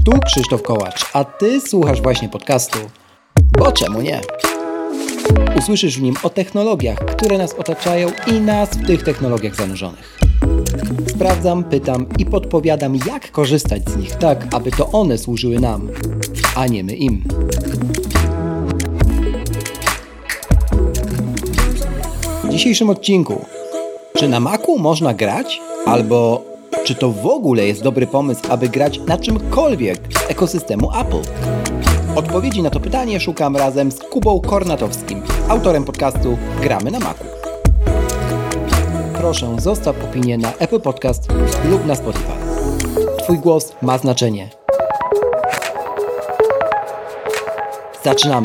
Tu Krzysztof Kołacz, a Ty słuchasz właśnie podcastu Bo czemu nie? Usłyszysz w nim o technologiach, które nas otaczają i nas w tych technologiach zanurzonych. Sprawdzam, pytam i podpowiadam, jak korzystać z nich tak, aby to one służyły nam, a nie my im. W dzisiejszym odcinku: czy na Macu można grać? Albo czy to w ogóle jest dobry pomysł, aby grać na czymkolwiek z ekosystemu Apple? Odpowiedzi na to pytanie szukam razem z Kubą Kornatowskim, autorem podcastu Gramy na Macu. Proszę, zostaw opinię na Apple Podcast lub na Spotify. Twój głos ma znaczenie. Zaczynamy!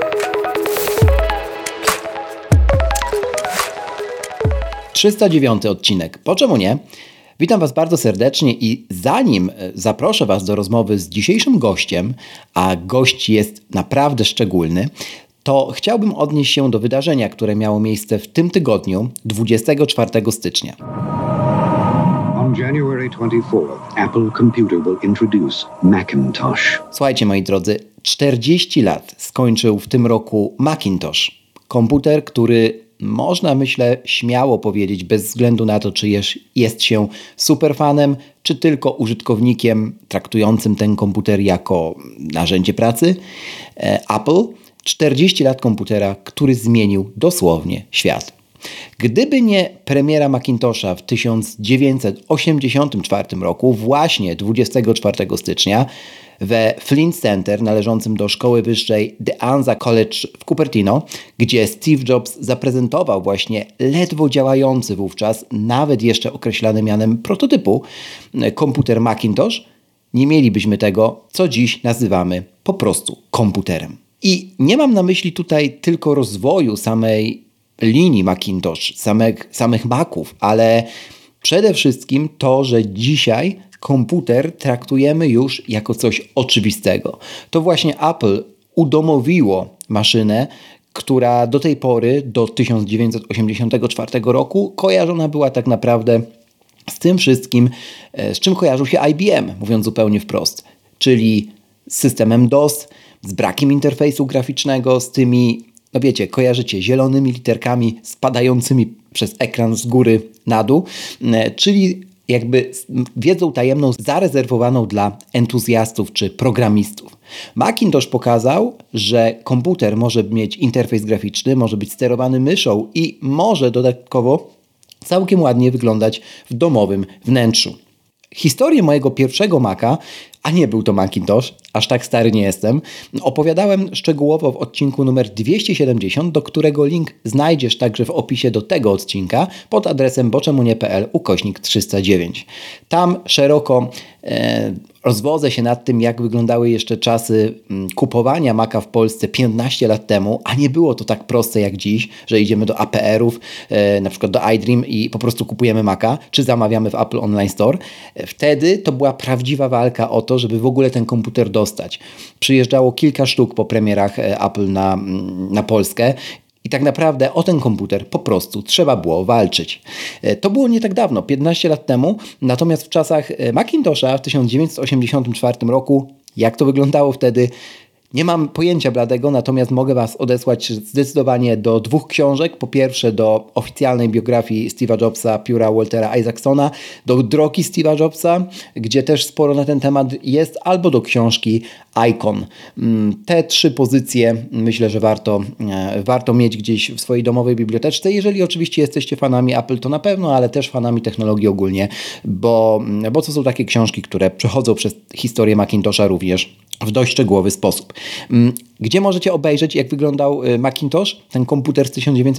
...309 odcinek. Po czemu nie? Witam Was bardzo serdecznie i zanim zaproszę Was do rozmowy z dzisiejszym gościem, a gość jest naprawdę szczególny, to chciałbym odnieść się do wydarzenia, które miało miejsce w tym tygodniu, 24 stycznia. On January 24th, Apple Computer will introduce Macintosh. Słuchajcie, moi drodzy, 40 lat skończył w tym roku Macintosh. Komputer, który można, myślę, śmiało powiedzieć, bez względu na to, czy jest się superfanem, czy tylko użytkownikiem traktującym ten komputer jako narzędzie pracy. Apple, 40 lat komputera, który zmienił dosłownie świat. Gdyby nie premiera Macintosha w 1984 roku, właśnie 24 stycznia, we Flint Center, należącym do szkoły wyższej De Anza College w Cupertino, gdzie Steve Jobs zaprezentował właśnie ledwo działający wówczas, nawet jeszcze określany mianem prototypu, komputer Macintosh, nie mielibyśmy tego, co dziś nazywamy po prostu komputerem. I nie mam na myśli tutaj tylko rozwoju samej linii Macintosh, samych Maców, ale przede wszystkim to, że dzisiaj komputer traktujemy już jako coś oczywistego. To właśnie Apple udomowiło maszynę, która do tej pory, do 1984 roku, kojarzona była tak naprawdę z tym wszystkim, z czym kojarzył się IBM, mówiąc zupełnie wprost, czyli z systemem DOS, z brakiem interfejsu graficznego, z tymi, no wiecie, kojarzycie, zielonymi literkami spadającymi przez ekran z góry na dół, czyli jakby wiedzą tajemną zarezerwowaną dla entuzjastów czy programistów. Macintosh pokazał, że komputer może mieć interfejs graficzny, może być sterowany myszą i może dodatkowo całkiem ładnie wyglądać w domowym wnętrzu. Historię mojego pierwszego Maca, a nie był to Macintosh, aż tak stary nie jestem, opowiadałem szczegółowo w odcinku numer 270, do którego link znajdziesz także w opisie do tego odcinka pod adresem boczemunie.pl/309. Tam szeroko rozwodzę się nad tym, jak wyglądały jeszcze czasy kupowania Maca w Polsce 15 lat temu, a nie było to tak proste jak dziś, że idziemy do APR-ów, na przykład do iDream i po prostu kupujemy Maca, czy zamawiamy w Apple Online Store. Wtedy to była prawdziwa walka o to, żeby w ogóle ten komputer dostać. Przyjeżdżało kilka sztuk po premierach Apple na Polskę. I tak naprawdę o ten komputer po prostu trzeba było walczyć. To było nie tak dawno, 15 lat temu, natomiast w czasach Macintosha w 1984 roku, jak to wyglądało wtedy, nie mam pojęcia bladego, natomiast mogę Was odesłać zdecydowanie do dwóch książek. Po pierwsze do oficjalnej biografii Steve'a Jobsa, pióra Waltera Isaacsona, do drogi Steve'a Jobsa, gdzie też sporo na ten temat jest, albo do książki Icon. Te trzy pozycje myślę, że warto mieć gdzieś w swojej domowej biblioteczce. Jeżeli oczywiście jesteście fanami Apple, to na pewno, ale też fanami technologii ogólnie, bo to są takie książki, które przechodzą przez historię Macintosha również w dość szczegółowy sposób. Gdzie możecie obejrzeć, jak wyglądał Macintosh, ten komputer z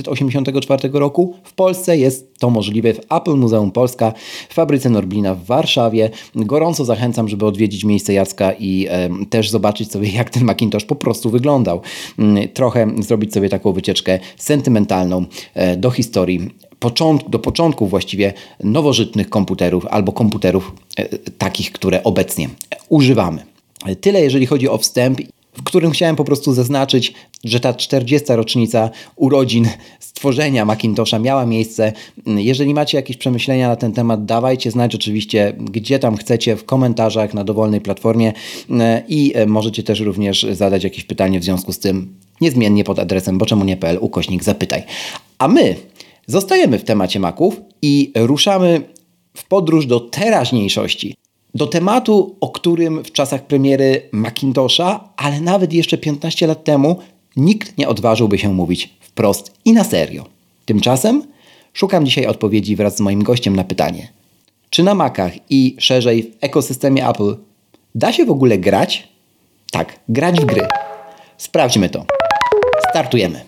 1984 roku? W Polsce jest to możliwe w Apple Muzeum Polska, w fabryce Norblina w Warszawie. Gorąco zachęcam, żeby odwiedzić miejsce Jacka i też zobaczyć sobie, jak ten Macintosh po prostu wyglądał. Trochę zrobić sobie taką wycieczkę sentymentalną do historii, do początków właściwie nowożytnych komputerów albo komputerów takich, które obecnie używamy. Tyle jeżeli chodzi o wstęp. w którym chciałem po prostu zaznaczyć, że ta 40. rocznica urodzin stworzenia Macintosha miała miejsce. Jeżeli macie jakieś przemyślenia na ten temat, dawajcie znać oczywiście, gdzie tam chcecie, w komentarzach na dowolnej platformie i możecie też również zadać jakieś pytanie w związku z tym niezmiennie pod adresem boczemunie.pl/zapytaj. A my zostajemy w temacie Maców i ruszamy w podróż do teraźniejszości. Do tematu, o którym w czasach premiery Macintosha, ale nawet jeszcze 15 lat temu, nikt nie odważyłby się mówić wprost i na serio. Tymczasem szukam dzisiaj odpowiedzi wraz z moim gościem na pytanie: czy na Macach i szerzej w ekosystemie Apple da się w ogóle grać? Tak, grać w gry. Sprawdźmy to. Startujemy.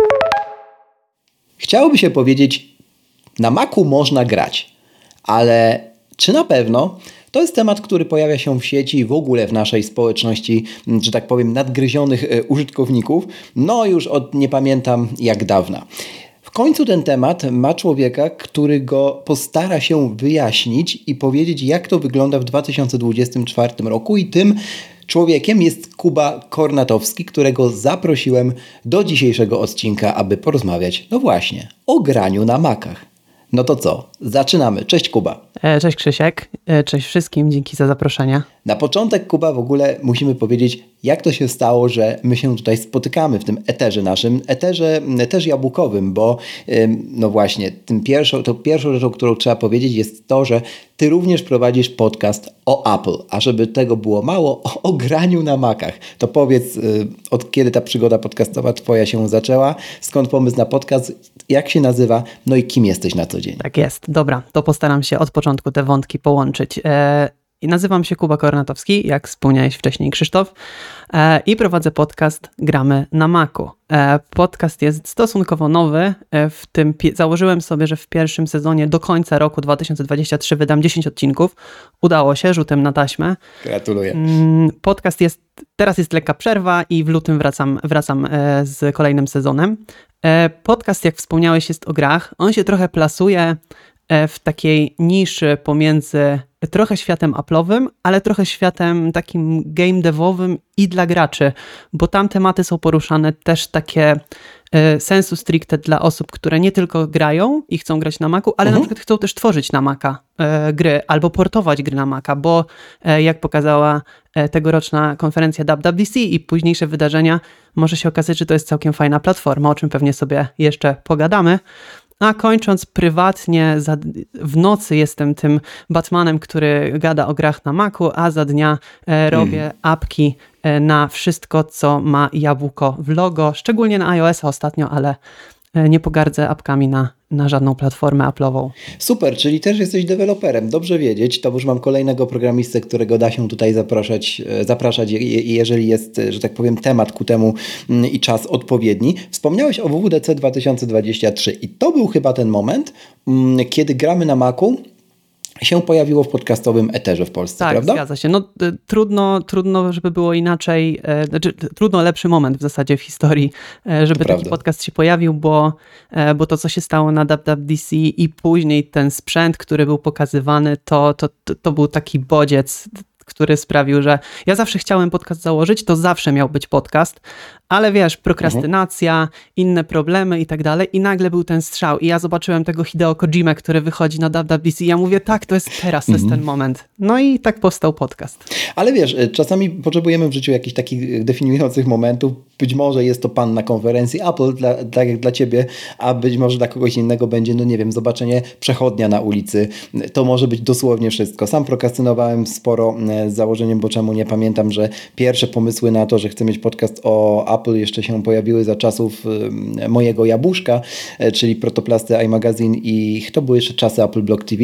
Chciałoby się powiedzieć, na Macu można grać, ale czy na pewno? To jest temat, który pojawia się w sieci i w ogóle w naszej społeczności, że tak powiem, nadgryzionych użytkowników, no już od nie pamiętam jak dawna. W końcu ten temat ma człowieka, który go postara się wyjaśnić i powiedzieć, jak to wygląda w 2024 roku, i tym człowiekiem jest Kuba Kornatowski, którego zaprosiłem do dzisiejszego odcinka, aby porozmawiać, no właśnie, o graniu na Macach. No to co? Zaczynamy. Cześć Kuba. Cześć Krzysiek. Cześć wszystkim. Dzięki za zaproszenie. Na początek, Kuba, w ogóle musimy powiedzieć, jak to się stało, że my się tutaj spotykamy w tym eterze naszym, eterze też jabłkowym, bo no właśnie, pierwszą rzeczą, którą trzeba powiedzieć, jest to, że ty również prowadzisz podcast o Apple, a żeby tego było mało, o graniu na Macach. To powiedz, od kiedy ta przygoda podcastowa twoja się zaczęła, skąd pomysł na podcast, jak się nazywa, no i kim jesteś na co dzień. Tak jest. Dobra, to postaram się od początku te wątki połączyć. I nazywam się Kuba Kornatowski, jak wspomniałeś wcześniej Krzysztof, i prowadzę podcast Gramy na Macu. Podcast jest stosunkowo nowy, w tym założyłem sobie, że w pierwszym sezonie do końca roku 2023 wydam 10 odcinków. Udało się, rzutem na taśmę. Gratuluję. Podcast teraz jest lekka przerwa i w lutym wracam z kolejnym sezonem. Podcast, jak wspomniałeś, jest o grach. On się trochę plasuje w takiej niszy pomiędzy trochę światem Apple'owym, ale trochę światem takim game devowym i dla graczy, bo tam tematy są poruszane też takie sensu stricte dla osób, które nie tylko grają i chcą grać na Macu, ale na przykład chcą też tworzyć na Maca gry albo portować gry na Maca, bo jak pokazała tegoroczna konferencja WWDC i późniejsze wydarzenia, może się okazać, że to jest całkiem fajna platforma, o czym pewnie sobie jeszcze pogadamy. A kończąc prywatnie, w nocy jestem tym Batmanem, który gada o grach na Macu, a za dnia robię apki na wszystko, co ma jabłko w logo, szczególnie na iOS-a ostatnio, ale nie pogardzę apkami na żadną platformę Apple'ową. Super, czyli też jesteś deweloperem. Dobrze wiedzieć, to już mam kolejnego programistę, którego da się tutaj zapraszać, jeżeli jest, że tak powiem, temat ku temu i czas odpowiedni. Wspomniałeś o WWDC 2023 i to był chyba ten moment, kiedy Gramy na Macu się pojawiło w podcastowym eterze w Polsce, tak, prawda? Tak, zgadza się. No, trudno, żeby było inaczej, trudno lepszy moment w zasadzie w historii, żeby taki podcast się pojawił, bo to, co się stało na WWDC i później ten sprzęt, który był pokazywany, to był taki bodziec, który sprawił, że ja zawsze chciałem podcast założyć, to zawsze miał być podcast, ale wiesz, prokrastynacja, inne problemy i tak dalej i nagle był ten strzał i ja zobaczyłem tego Hideo Kojimę, który wychodzi na WWDC i ja mówię, tak, to jest ten moment. No i tak powstał podcast. Ale wiesz, czasami potrzebujemy w życiu jakichś takich definiujących momentów. Być może jest to pan na konferencji Apple, tak jak dla ciebie, a być może dla kogoś innego będzie, no nie wiem, zobaczenie przechodnia na ulicy. To może być dosłownie wszystko. Sam prokrastynowałem sporo z założeniem, bo czemu nie pamiętam, że pierwsze pomysły na to, że chcę mieć podcast o Apple jeszcze się pojawiły za czasów mojego jabłuszka, czyli Protoplasty, iMagazine i to były jeszcze czasy Apple Blog TV.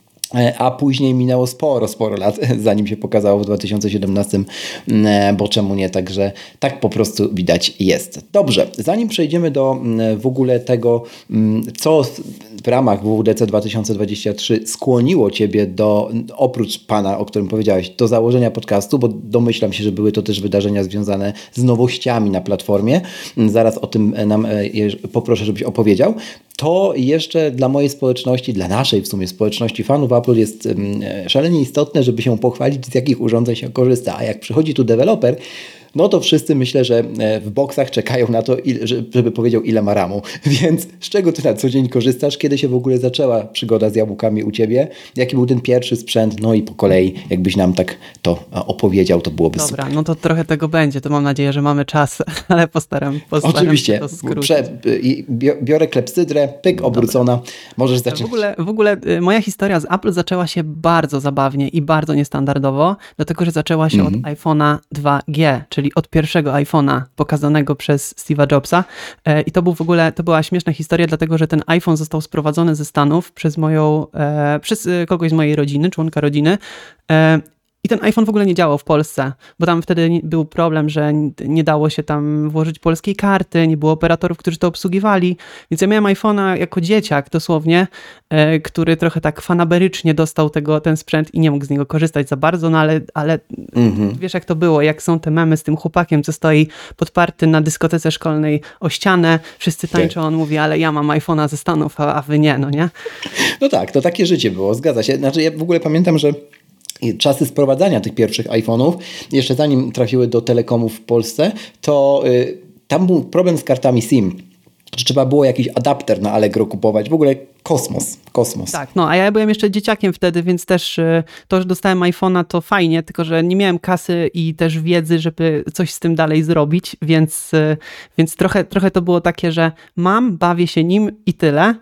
A później minęło sporo lat, zanim się pokazało w 2017, bo czemu nie, także tak po prostu widać jest. Dobrze, zanim przejdziemy do w ogóle tego, co w ramach WWDC 2023 skłoniło Ciebie do, oprócz pana, o którym powiedziałeś, do założenia podcastu, bo domyślam się, że były to też wydarzenia związane z nowościami na platformie, zaraz o tym nam poproszę, żebyś opowiedział, to jeszcze dla mojej społeczności, dla naszej w sumie społeczności fanów Apple jest szalenie istotne, żeby się pochwalić, z jakich urządzeń się korzysta. A jak przychodzi tu deweloper, no to wszyscy myślę, że w boksach czekają na to, żeby powiedział, ile ma ramu. Więc z czego ty na co dzień korzystasz? Kiedy się w ogóle zaczęła przygoda z jabłkami u ciebie? Jaki był ten pierwszy sprzęt? No i po kolei, jakbyś nam tak to opowiedział, to byłoby super. Dobra, no to trochę tego będzie, to mam nadzieję, że mamy czas, ale postaram Oczywiście. się to skrócić. Biorę klepsydrę, pyk, obrócona. Dobra. Możesz zacząć. W ogóle moja historia z Apple zaczęła się bardzo zabawnie i bardzo niestandardowo, dlatego, że zaczęła się od iPhone'a 2G, czyli od pierwszego iPhone'a pokazanego przez Steve'a Jobsa. I to była śmieszna historia, dlatego, że ten iPhone został sprowadzony ze Stanów przez kogoś z mojej rodziny, członka rodziny. I ten iPhone w ogóle nie działał w Polsce, bo tam wtedy był problem, że nie dało się tam włożyć polskiej karty, nie było operatorów, którzy to obsługiwali, więc ja miałem iPhone'a jako dzieciak dosłownie, który trochę tak fanaberycznie dostał ten sprzęt i nie mógł z niego korzystać za bardzo, no ale wiesz jak to było, jak są te memy z tym chłopakiem, co stoi podparty na dyskotece szkolnej o ścianę, wszyscy tańczą, on mówi, ale ja mam iPhone'a ze Stanów, a wy nie, no nie? No tak, to takie życie było, zgadza się. Znaczy ja w ogóle pamiętam, że czasy sprowadzania tych pierwszych iPhone'ów, jeszcze zanim trafiły do telekomów w Polsce, to tam był problem z kartami SIM. Że trzeba było jakiś adapter na Allegro kupować. W ogóle kosmos. Tak, no a ja byłem jeszcze dzieciakiem wtedy, więc też to, że dostałem iPhone'a to fajnie, tylko że nie miałem kasy i też wiedzy, żeby coś z tym dalej zrobić, więc trochę to było takie, że bawię się nim i tyle.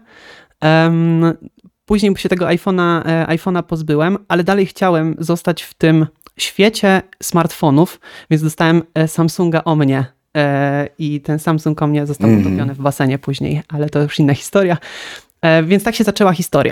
Później się tego iPhone'a pozbyłem, ale dalej chciałem zostać w tym świecie smartfonów, więc dostałem Samsunga Omnię i ten Samsung Omnia został utopiony w basenie później, ale to już inna historia. Więc tak się zaczęła historia.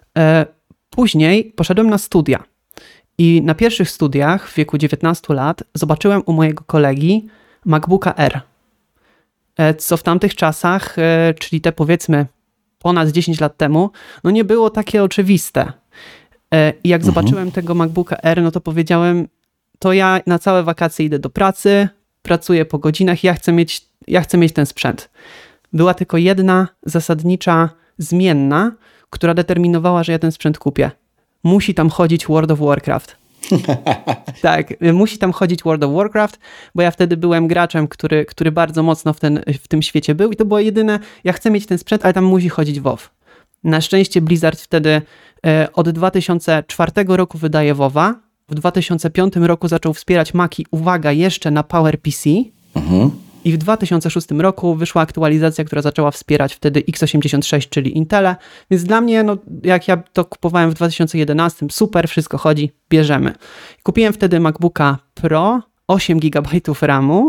Później poszedłem na studia i na pierwszych studiach w wieku 19 lat zobaczyłem u mojego kolegi MacBooka Air, co w tamtych czasach, czyli te powiedzmy ponad 10 lat temu, no nie było takie oczywiste. I jak zobaczyłem tego MacBooka Air, no to powiedziałem, to ja na całe wakacje idę do pracy, pracuję po godzinach, ja chcę mieć ten sprzęt. Była tylko jedna zasadnicza zmienna, która determinowała, że ja ten sprzęt kupię. Musi tam chodzić World of Warcraft. Tak, musi tam chodzić World of Warcraft, bo ja wtedy byłem graczem, który bardzo mocno w tym świecie był i to było jedyne, ja chcę mieć ten sprzęt, ale tam musi chodzić WoW. Na szczęście Blizzard wtedy od 2004 roku wydaje WoWa, w 2005 roku zaczął wspierać Maci, uwaga, jeszcze na PowerPC i w 2006 roku wyszła aktualizacja, która zaczęła wspierać wtedy x86, czyli Intela, więc dla mnie, no, jak ja to kupowałem w 2011, super, wszystko chodzi, bierzemy. Kupiłem wtedy MacBooka Pro, 8 GB RAMu,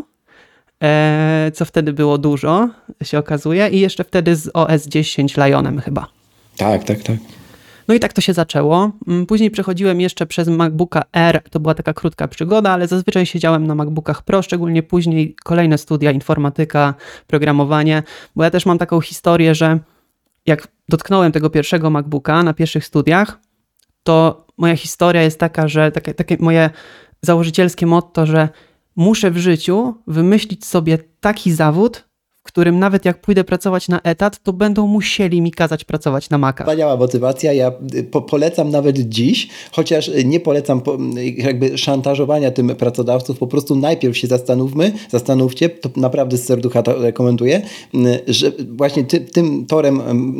co wtedy było dużo, się okazuje, i jeszcze wtedy z OS 10 Lionem chyba. Tak. No i tak to się zaczęło. Później przechodziłem jeszcze przez MacBooka Air, to była taka krótka przygoda, ale zazwyczaj siedziałem na MacBookach Pro, szczególnie później kolejne studia, informatyka, programowanie, bo ja też mam taką historię, że jak dotknąłem tego pierwszego MacBooka na pierwszych studiach, to moja historia jest taka, że takie moje założycielskie motto, że muszę w życiu wymyślić sobie taki zawód, w którym nawet jak pójdę pracować na etat, to będą musieli mi kazać pracować na Maca. Wspaniała motywacja. Ja polecam nawet dziś, chociaż nie polecam jakby szantażowania tym pracodawców. Po prostu najpierw się zastanówcie, to naprawdę z serducha to rekomenduję, że właśnie tym torem,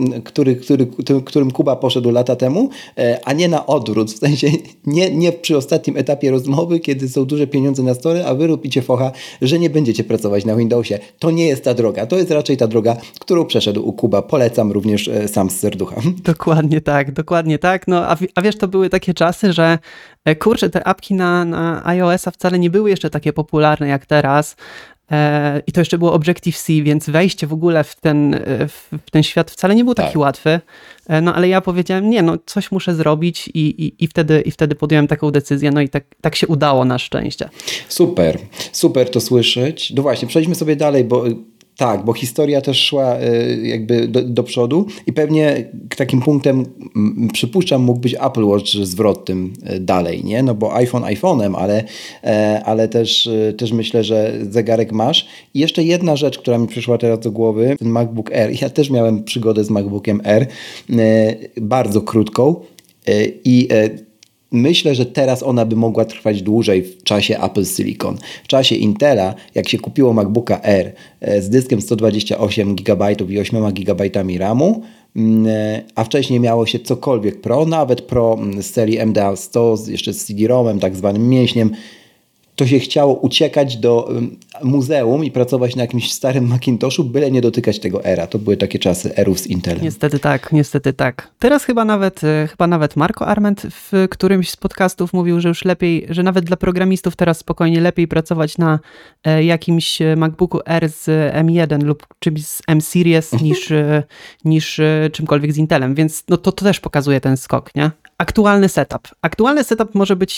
którym Kuba poszedł lata temu, a nie na odwrót. W sensie nie przy ostatnim etapie rozmowy, kiedy są duże pieniądze na stole, a wy robicie focha, że nie będziecie pracować na Windowsie. To nie jest ta droga. To jest raczej ta droga, którą przeszedł u Kuba. Polecam również sam z serducha. Dokładnie tak. No, a wiesz, to były takie czasy, że kurczę, te apki na iOS-a wcale nie były jeszcze takie popularne jak teraz. I to jeszcze było Objective-C, więc wejście w ogóle w ten świat wcale nie był taki łatwy. No ale ja powiedziałem, nie, no coś muszę zrobić i wtedy podjąłem taką decyzję, no i tak się udało na szczęście. Super to słyszeć. No właśnie, przejdźmy sobie dalej, bo historia też szła jakby do przodu i pewnie takim punktem, przypuszczam, mógł być Apple Watch zwrotnym dalej, nie? No bo iPhone iPhone'em, ale też myślę, że zegarek masz. I jeszcze jedna rzecz, która mi przyszła teraz do głowy, ten MacBook Air. Ja też miałem przygodę z MacBookiem Air, bardzo krótką i myślę, że teraz ona by mogła trwać dłużej w czasie Apple Silicon. W czasie Intela, jak się kupiło MacBooka Air z dyskiem 128 GB i 8 GB RAMu, a wcześniej miało się cokolwiek Pro, nawet Pro z serii MDA 100, jeszcze z CD-ROMem, tak zwanym mięśniem, to się chciało uciekać do muzeum i pracować na jakimś starym Macintoshu, byle nie dotykać tego Era. To były takie czasy Erów z Intelem. Niestety tak. Teraz chyba nawet Marco Arment w którymś z podcastów mówił, że już lepiej, że nawet dla programistów teraz spokojnie lepiej pracować na jakimś MacBooku Air z M1 lub czymś z M-Series niż czymkolwiek z Intelem, więc no to też pokazuje ten skok, nie? Aktualny setup może być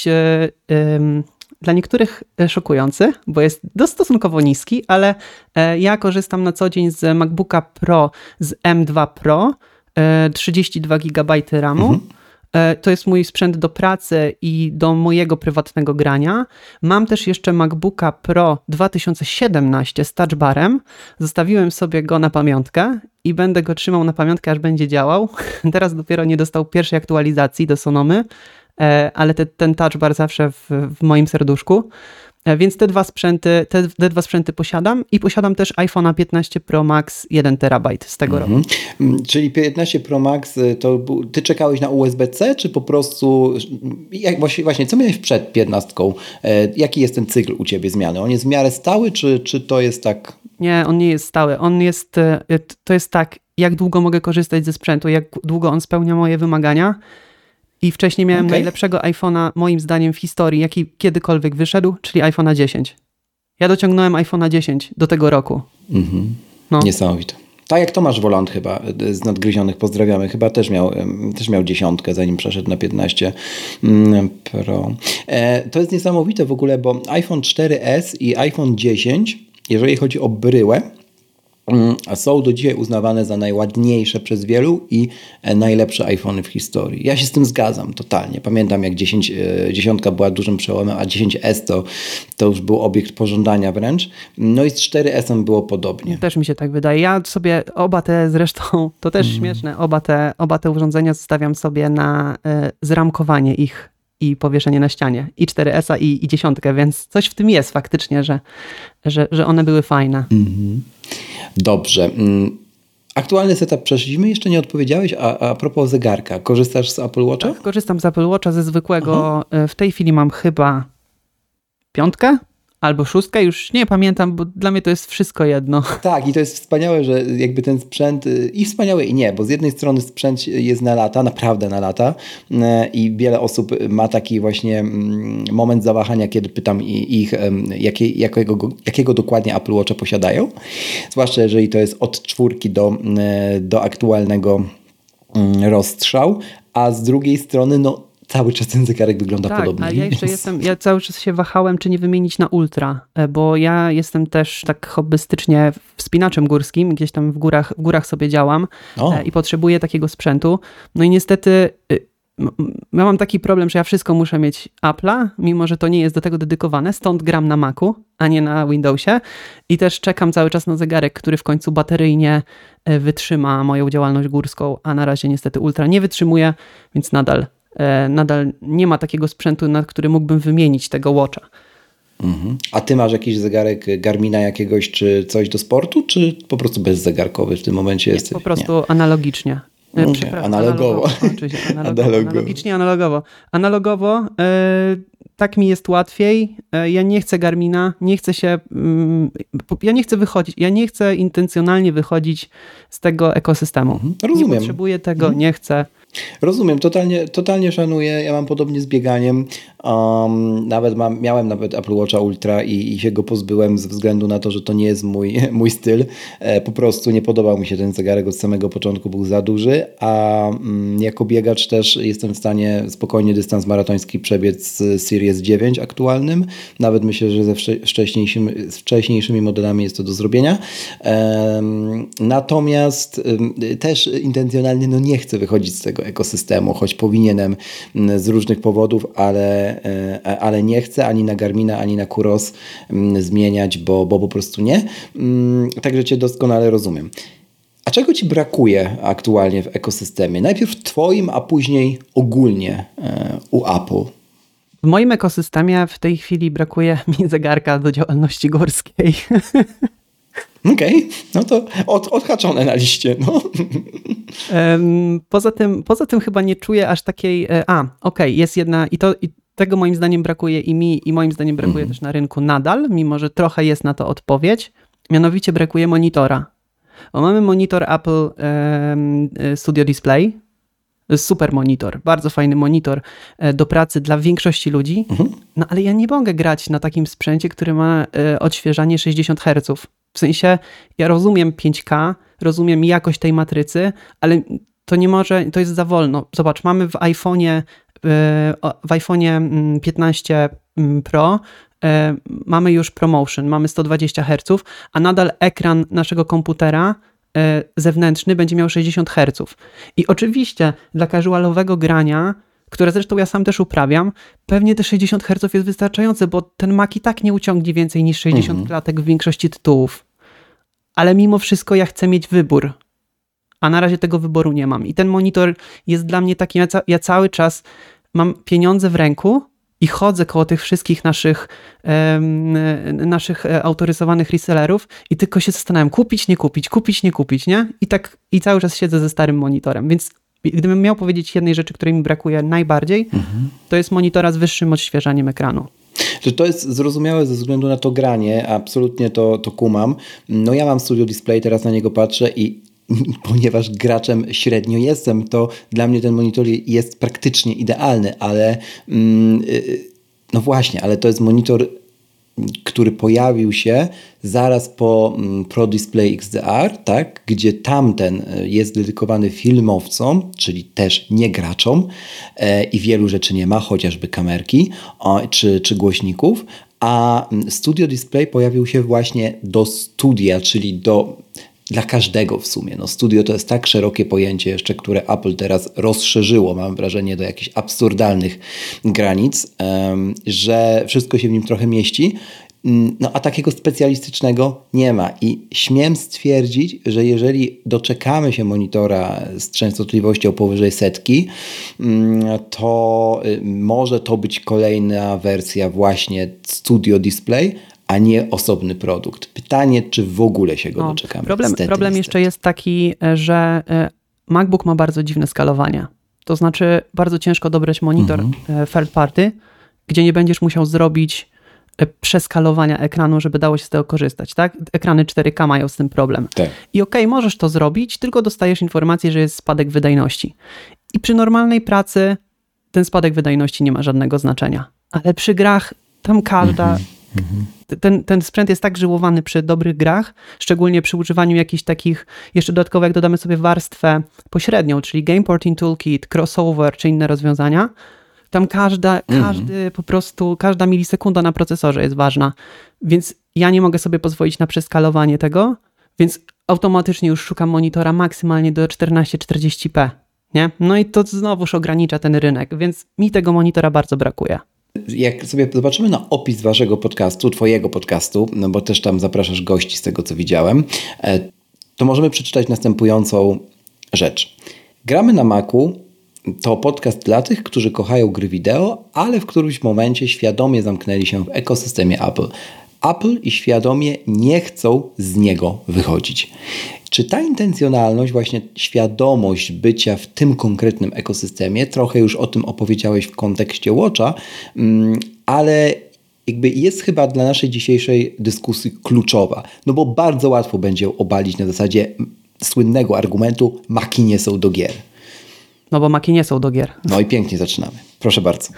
dla niektórych szokujący, bo jest stosunkowo niski, ale ja korzystam na co dzień z MacBooka Pro z M2 Pro, 32 GB RAMu. To jest mój sprzęt do pracy i do mojego prywatnego grania. Mam też jeszcze MacBooka Pro 2017 z Touch Barem. Zostawiłem sobie go na pamiątkę i będę go trzymał na pamiątkę, aż będzie działał. Teraz dopiero nie dostał pierwszej aktualizacji do Sonomy, ale ten Touch Bar zawsze w moim serduszku. Więc te dwa sprzęty posiadam i posiadam też iPhone'a 15 Pro Max 1 TB z tego roku. Czyli 15 Pro Max, to ty czekałeś na USB-C, czy po prostu, właśnie co miałeś przed 15? Jaki jest ten cykl u ciebie zmiany? On jest w miarę stały, czy to jest tak? Nie, on nie jest stały. To jest tak, jak długo mogę korzystać ze sprzętu, jak długo on spełnia moje wymagania. I wcześniej miałem najlepszego iPhone'a, moim zdaniem, w historii, jaki kiedykolwiek wyszedł, czyli iPhone'a 10. Ja dociągnąłem iPhone'a 10 do tego roku. No. Niesamowite. Tak jak Tomasz Woland chyba z Nadgryzionych, pozdrawiamy, chyba też miał 10, zanim przeszedł na 15 Pro. To jest niesamowite w ogóle, bo iPhone 4S i iPhone 10, jeżeli chodzi o bryłę, są do dzisiaj uznawane za najładniejsze przez wielu i najlepsze iPhony w historii. Ja się z tym zgadzam totalnie. Pamiętam, jak 10 była dużym przełomem, a 10S to już był obiekt pożądania wręcz. No i z 4S-em było podobnie. Też mi się tak wydaje. Ja sobie oba te zresztą, to też śmieszne, oba te urządzenia zostawiam sobie na zramkowanie ich i powieszenie na ścianie. I 4S-a i 10, więc coś w tym jest faktycznie, że one były fajne. Dobrze. Aktualny setup przeszliśmy, jeszcze nie odpowiedziałeś, a propos zegarka. Korzystasz z Apple Watcha? Tak, korzystam z Apple Watcha ze zwykłego. W tej chwili mam chyba 5 albo 6, już nie pamiętam, bo dla mnie to jest wszystko jedno. Tak, i to jest wspaniałe, że jakby ten sprzęt, i wspaniałe i nie, bo z jednej strony sprzęt jest na lata, naprawdę na lata, i wiele osób ma taki właśnie moment zawahania, kiedy pytam ich, jakiego dokładnie Apple Watcha posiadają, zwłaszcza jeżeli to jest od 4 do aktualnego rozstrzał, a z drugiej strony cały czas ten zegarek wygląda podobnie. Tak, ale ja cały czas się wahałem, czy nie wymienić na Ultra, bo ja jestem też tak hobbystycznie wspinaczem górskim, gdzieś tam w górach sobie działam i potrzebuję takiego sprzętu. No i niestety ja mam taki problem, że ja wszystko muszę mieć Apple'a, mimo że to nie jest do tego dedykowane, stąd gram na Macu, a nie na Windowsie i też czekam cały czas na zegarek, który w końcu bateryjnie wytrzyma moją działalność górską, a na razie niestety Ultra nie wytrzymuje, więc nadal nie ma takiego sprzętu, na który mógłbym wymienić tego Watcha. A ty masz jakiś zegarek Garmina jakiegoś, czy coś do sportu, czy po prostu bezzegarkowy w tym momencie jesteś? Po prostu analogicznie. Analogowo. Oczywiście, analogowo. Tak mi jest łatwiej. Ja nie chcę Garmina, ja nie chcę wychodzić, ja nie chcę intencjonalnie wychodzić z tego ekosystemu. Rozumiem. Nie potrzebuję tego, nie chcę. Rozumiem, totalnie szanuję. Ja mam podobnie z bieganiem. Miałem nawet Apple Watcha Ultra i się go pozbyłem ze względu na to, że to nie jest mój styl. Po prostu nie podobał mi się ten zegarek od samego początku, był za duży, a jako biegacz też jestem w stanie spokojnie dystans maratoński przebiec z Series 9 aktualnym. Nawet myślę, że ze wcześniejszymi modelami jest to do zrobienia. Natomiast też intencjonalnie nie chcę wychodzić z tego ekosystemu, choć powinienem z różnych powodów, ale nie chcę ani na Garmina, ani na Kuros zmieniać, bo po prostu nie. Także cię doskonale rozumiem. A czego ci brakuje aktualnie w ekosystemie? Najpierw twoim, a później ogólnie u Apple. W moim ekosystemie w tej chwili brakuje mi zegarka do działalności górskiej. Okej, no to odhaczone na liście. No. Poza tym chyba nie czuję aż takiej... jest jedna... I tego moim zdaniem brakuje i mi, i moim zdaniem brakuje też na rynku nadal, mimo że trochę jest na to odpowiedź. Mianowicie brakuje monitora. Bo mamy monitor Apple Studio Display. To jest super monitor, bardzo fajny monitor do pracy dla większości ludzi. No ale ja nie mogę grać na takim sprzęcie, który ma odświeżanie 60 Hz. W sensie ja rozumiem 5K, rozumiem jakość tej matrycy, ale to nie może, to jest za wolno. Zobacz, mamy w iPhone'ie 15 Pro mamy już ProMotion, mamy 120 Hz, a nadal ekran naszego komputera zewnętrzny będzie miał 60 Hz. I oczywiście dla casualowego grania, które zresztą ja sam też uprawiam, pewnie te 60 Hz jest wystarczające, bo ten Mac i tak nie uciągnie więcej niż 60 klatek w większości tytułów. Ale mimo wszystko ja chcę mieć wybór. A na razie tego wyboru nie mam. I ten monitor jest dla mnie taki, ja cały czas mam pieniądze w ręku i chodzę koło tych wszystkich naszych autoryzowanych resellerów i tylko się zastanawiam, kupić, nie? I cały czas siedzę ze starym monitorem. Więc gdybym miał powiedzieć jednej rzeczy, której mi brakuje najbardziej, to jest monitora z wyższym odświeżaniem ekranu. To jest zrozumiałe ze względu na to granie, absolutnie to kumam. No ja mam Studio Display, teraz na niego patrzę i ponieważ graczem średnio jestem, to dla mnie ten monitor jest praktycznie idealny, ale no właśnie, ale to jest monitor, który pojawił się zaraz po Pro Display XDR, tak, gdzie tamten jest dedykowany filmowcom, czyli też nie graczom i wielu rzeczy nie ma, chociażby kamerki czy głośników, a Studio Display pojawił się właśnie do studia, czyli dla każdego w sumie. No, studio to jest tak szerokie pojęcie jeszcze, które Apple teraz rozszerzyło, mam wrażenie, do jakichś absurdalnych granic, że wszystko się w nim trochę mieści. No a takiego specjalistycznego nie ma i śmiem stwierdzić, że jeżeli doczekamy się monitora z częstotliwością powyżej 100, to może to być kolejna wersja właśnie Studio Display, a nie osobny produkt. Pytanie, czy w ogóle się go doczekamy. Problem jeszcze jest taki, że MacBook ma bardzo dziwne skalowanie. To znaczy bardzo ciężko dobrać monitor third party, gdzie nie będziesz musiał zrobić przeskalowania ekranu, żeby dało się z tego korzystać, tak? Ekrany 4K mają z tym problem. Tak. I możesz to zrobić, tylko dostajesz informację, że jest spadek wydajności. I przy normalnej pracy ten spadek wydajności nie ma żadnego znaczenia. Ale przy grach tam każda... Ten sprzęt jest tak żyłowany przy dobrych grach, szczególnie przy używaniu jakichś takich, jeszcze dodatkowo jak dodamy sobie warstwę pośrednią, czyli Game Porting Toolkit, Crossover czy inne rozwiązania, tam każda milisekunda na procesorze jest ważna, więc ja nie mogę sobie pozwolić na przeskalowanie tego, więc automatycznie już szukam monitora maksymalnie do 1440p, nie? No i to znowuż ogranicza ten rynek, więc mi tego monitora bardzo brakuje. Jak sobie zobaczymy na opis waszego podcastu, twojego podcastu, no bo też tam zapraszasz gości z tego, co widziałem, to możemy przeczytać następującą rzecz. Gramy na Macu to podcast dla tych, którzy kochają gry wideo, ale w którymś momencie świadomie zamknęli się w ekosystemie Apple. Apple i świadomie nie chcą z niego wychodzić. Czy ta intencjonalność, właśnie świadomość bycia w tym konkretnym ekosystemie, trochę już o tym opowiedziałeś w kontekście Watcha, ale jakby jest chyba dla naszej dzisiejszej dyskusji kluczowa, no bo bardzo łatwo będzie obalić na zasadzie słynnego argumentu Maci nie są do gier. No bo Maci nie są do gier. No i pięknie zaczynamy. Proszę bardzo.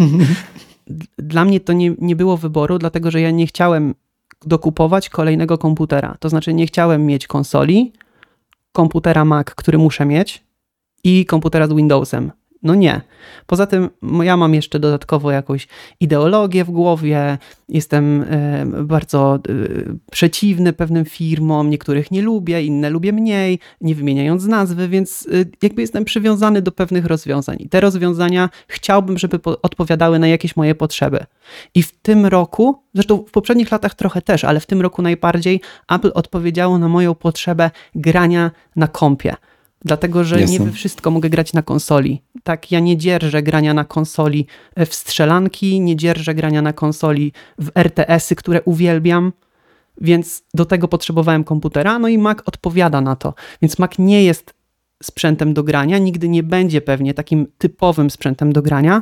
Dla mnie to nie było wyboru, dlatego że ja nie chciałem dokupować kolejnego komputera. To znaczy nie chciałem mieć konsoli, komputera Mac, który muszę mieć i komputera z Windowsem. No nie. Poza tym ja mam jeszcze dodatkowo jakąś ideologię w głowie, jestem bardzo przeciwny pewnym firmom, niektórych nie lubię, inne lubię mniej, nie wymieniając nazwy, więc jakby jestem przywiązany do pewnych rozwiązań. I te rozwiązania chciałbym, żeby odpowiadały na jakieś moje potrzeby. I w tym roku, zresztą w poprzednich latach trochę też, ale w tym roku najbardziej Apple odpowiedziało na moją potrzebę grania na kompie. Dlatego, że nie we wszystko mogę grać na konsoli. Tak, ja nie dzierżę grania na konsoli w strzelanki, nie dzierżę grania na konsoli w RTS-y, które uwielbiam, więc do tego potrzebowałem komputera, no i Mac odpowiada na to. Więc Mac nie jest sprzętem do grania, nigdy nie będzie pewnie takim typowym sprzętem do grania,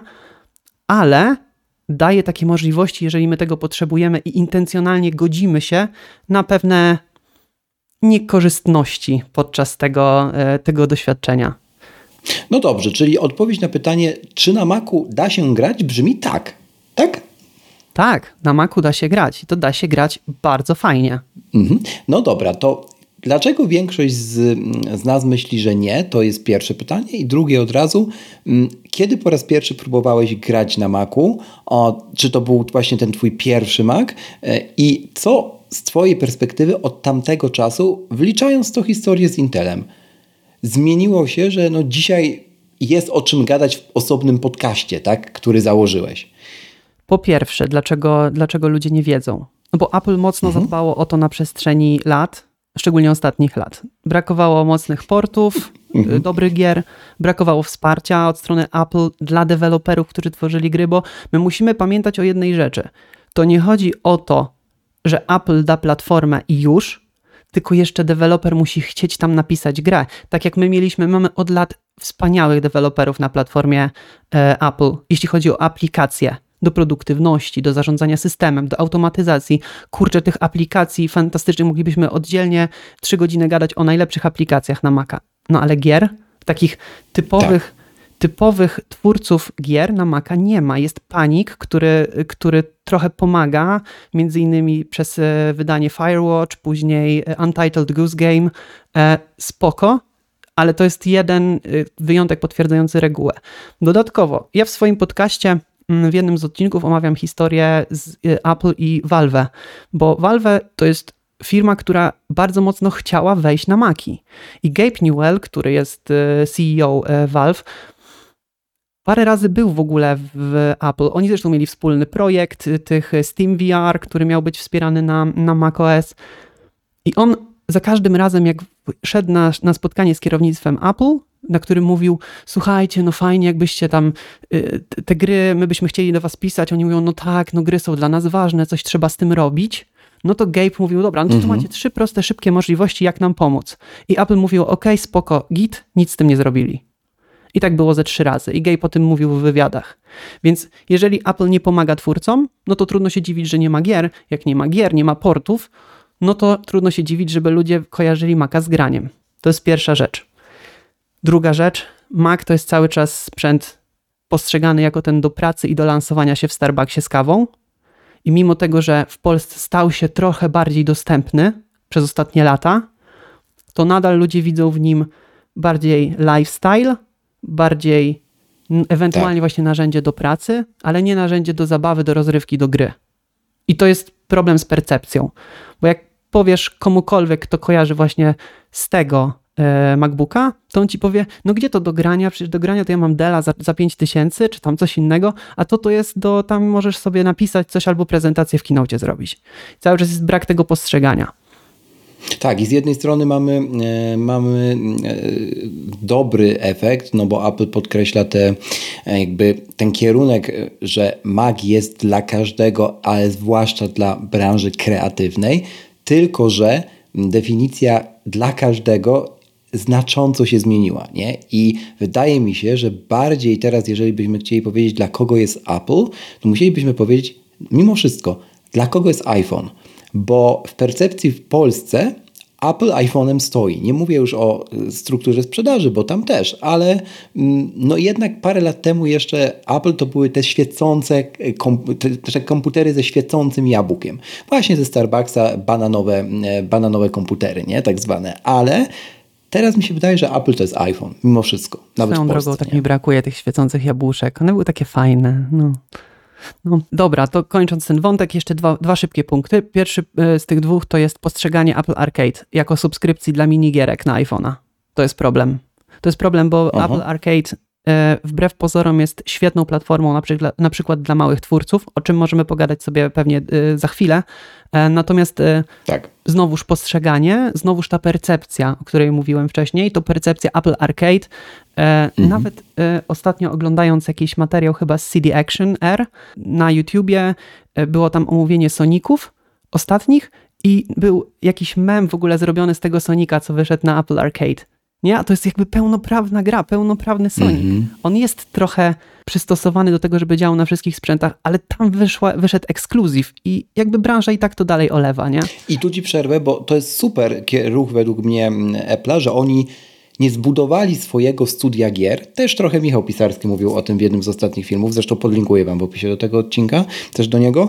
ale daje takie możliwości, jeżeli my tego potrzebujemy i intencjonalnie godzimy się na pewne niekorzystności podczas tego doświadczenia. No dobrze, czyli odpowiedź na pytanie, czy na Macu da się grać, brzmi tak. Tak? Tak, na Macu da się grać i to da się grać bardzo fajnie. No dobra, to dlaczego większość z nas myśli, że nie? To jest pierwsze pytanie. I drugie od razu, kiedy po raz pierwszy próbowałeś grać na Macu? Czy to był właśnie ten twój pierwszy Mac? I co z twojej perspektywy od tamtego czasu, wliczając to historię z Intelem, zmieniło się, że no dzisiaj jest o czym gadać w osobnym podcaście, tak, który założyłeś? Po pierwsze, dlaczego ludzie nie wiedzą? No bo Apple mocno zadbało o to na przestrzeni lat, szczególnie ostatnich lat. Brakowało mocnych portów, dobrych gier, brakowało wsparcia od strony Apple dla deweloperów, którzy tworzyli gry, bo my musimy pamiętać o jednej rzeczy. To nie chodzi o to, że Apple da platformę i już, tylko jeszcze deweloper musi chcieć tam napisać grę. Tak jak mamy od lat wspaniałych deweloperów na platformie Apple, jeśli chodzi o aplikacje, do produktywności, do zarządzania systemem, do automatyzacji. Kurczę, tych aplikacji fantastycznych moglibyśmy oddzielnie 3 godziny gadać o najlepszych aplikacjach na Maca. No ale gier, takich typowych twórców gier na Maca nie ma. Jest Panic, który trochę pomaga, między innymi przez wydanie Firewatch, później Untitled Goose Game. Spoko, ale to jest jeden wyjątek potwierdzający regułę. Dodatkowo, ja w swoim podcaście w jednym z odcinków omawiam historię z Apple i Valve, bo Valve to jest firma, która bardzo mocno chciała wejść na Maci. I Gabe Newell, który jest CEO Valve, parę razy był w ogóle w Apple. Oni zresztą mieli wspólny projekt tych Steam VR, który miał być wspierany na macOS. I on za każdym razem, jak szedł na spotkanie z kierownictwem Apple, na którym mówił, słuchajcie, no fajnie, jakbyście tam te gry, my byśmy chcieli do was pisać. Oni mówią, no tak, no gry są dla nas ważne, coś trzeba z tym robić. No to Gabe mówił, dobra, no to tu macie 3 proste, szybkie możliwości, jak nam pomóc. I Apple mówił, okej, spoko, git, nic z tym nie zrobili. I tak było ze 3 razy. I Gabe o tym mówił w wywiadach. Więc jeżeli Apple nie pomaga twórcom, no to trudno się dziwić, że nie ma gier. Jak nie ma gier, nie ma portów, no to trudno się dziwić, żeby ludzie kojarzyli Maca z graniem. To jest pierwsza rzecz. Druga rzecz, Mac to jest cały czas sprzęt postrzegany jako ten do pracy i do lansowania się w Starbucksie z kawą. I mimo tego, że w Polsce stał się trochę bardziej dostępny przez ostatnie lata, to nadal ludzie widzą w nim bardziej lifestyle, bardziej ewentualnie właśnie narzędzie do pracy, ale nie narzędzie do zabawy, do rozrywki, do gry. I to jest problem z percepcją. Bo jak powiesz komukolwiek, kto kojarzy właśnie z tego MacBooka, to on ci powie, no gdzie to do grania? Przecież do grania to ja mam Della za 5000, czy tam coś innego, a to jest tam możesz sobie napisać coś albo prezentację w Keynote zrobić. Cały czas jest brak tego postrzegania. Tak, i z jednej strony mamy dobry efekt, no bo Apple podkreśla ten kierunek, że Mac jest dla każdego, ale zwłaszcza dla branży kreatywnej, tylko że definicja dla każdego znacząco się zmieniła, nie? I wydaje mi się, że bardziej teraz, jeżeli byśmy chcieli powiedzieć, dla kogo jest Apple, to musielibyśmy powiedzieć, mimo wszystko, dla kogo jest iPhone. Bo w percepcji w Polsce Apple iPhone'em stoi. Nie mówię już o strukturze sprzedaży, bo tam też, ale no jednak parę lat temu jeszcze Apple to były te świecące te komputery ze świecącym jabłkiem. Właśnie ze Starbucksa bananowe komputery, nie? Tak zwane. Ale Teraz mi się wydaje, że Apple to jest iPhone, mimo wszystko. Nawet Swoją w Polsce, drogą tak nie? mi brakuje tych świecących jabłuszek. One były takie fajne. No, dobra, to kończąc ten wątek, jeszcze dwa szybkie punkty. Pierwszy z tych dwóch to jest postrzeganie Apple Arcade jako subskrypcji dla minigierek na iPhone'a. To jest problem. To jest problem, bo Apple Arcade wbrew pozorom jest świetną platformą na przykład dla małych twórców, o czym możemy pogadać sobie pewnie za chwilę. Natomiast Tak. znowuż postrzeganie, znowuż ta percepcja, o której mówiłem wcześniej, to percepcja Apple Arcade. Nawet ostatnio oglądając jakiś materiał chyba z CD Action R na YouTubie, było tam omówienie Soniców ostatnich i był jakiś mem w ogóle zrobiony z tego Sonika, co wyszedł na Apple Arcade. Nie? A to jest jakby pełnoprawna gra, pełnoprawny Sonic. On jest trochę przystosowany do tego, żeby działał na wszystkich sprzętach, ale tam wyszedł ekskluzyw i jakby branża i tak to dalej olewa, nie? I tu ci przerwę, bo to jest super ruch według mnie Apple'a, że oni nie zbudowali swojego studia gier. Też trochę Michał Pisarski mówił o tym w jednym z ostatnich filmów, zresztą podlinkuję wam w opisie do tego odcinka, też do niego,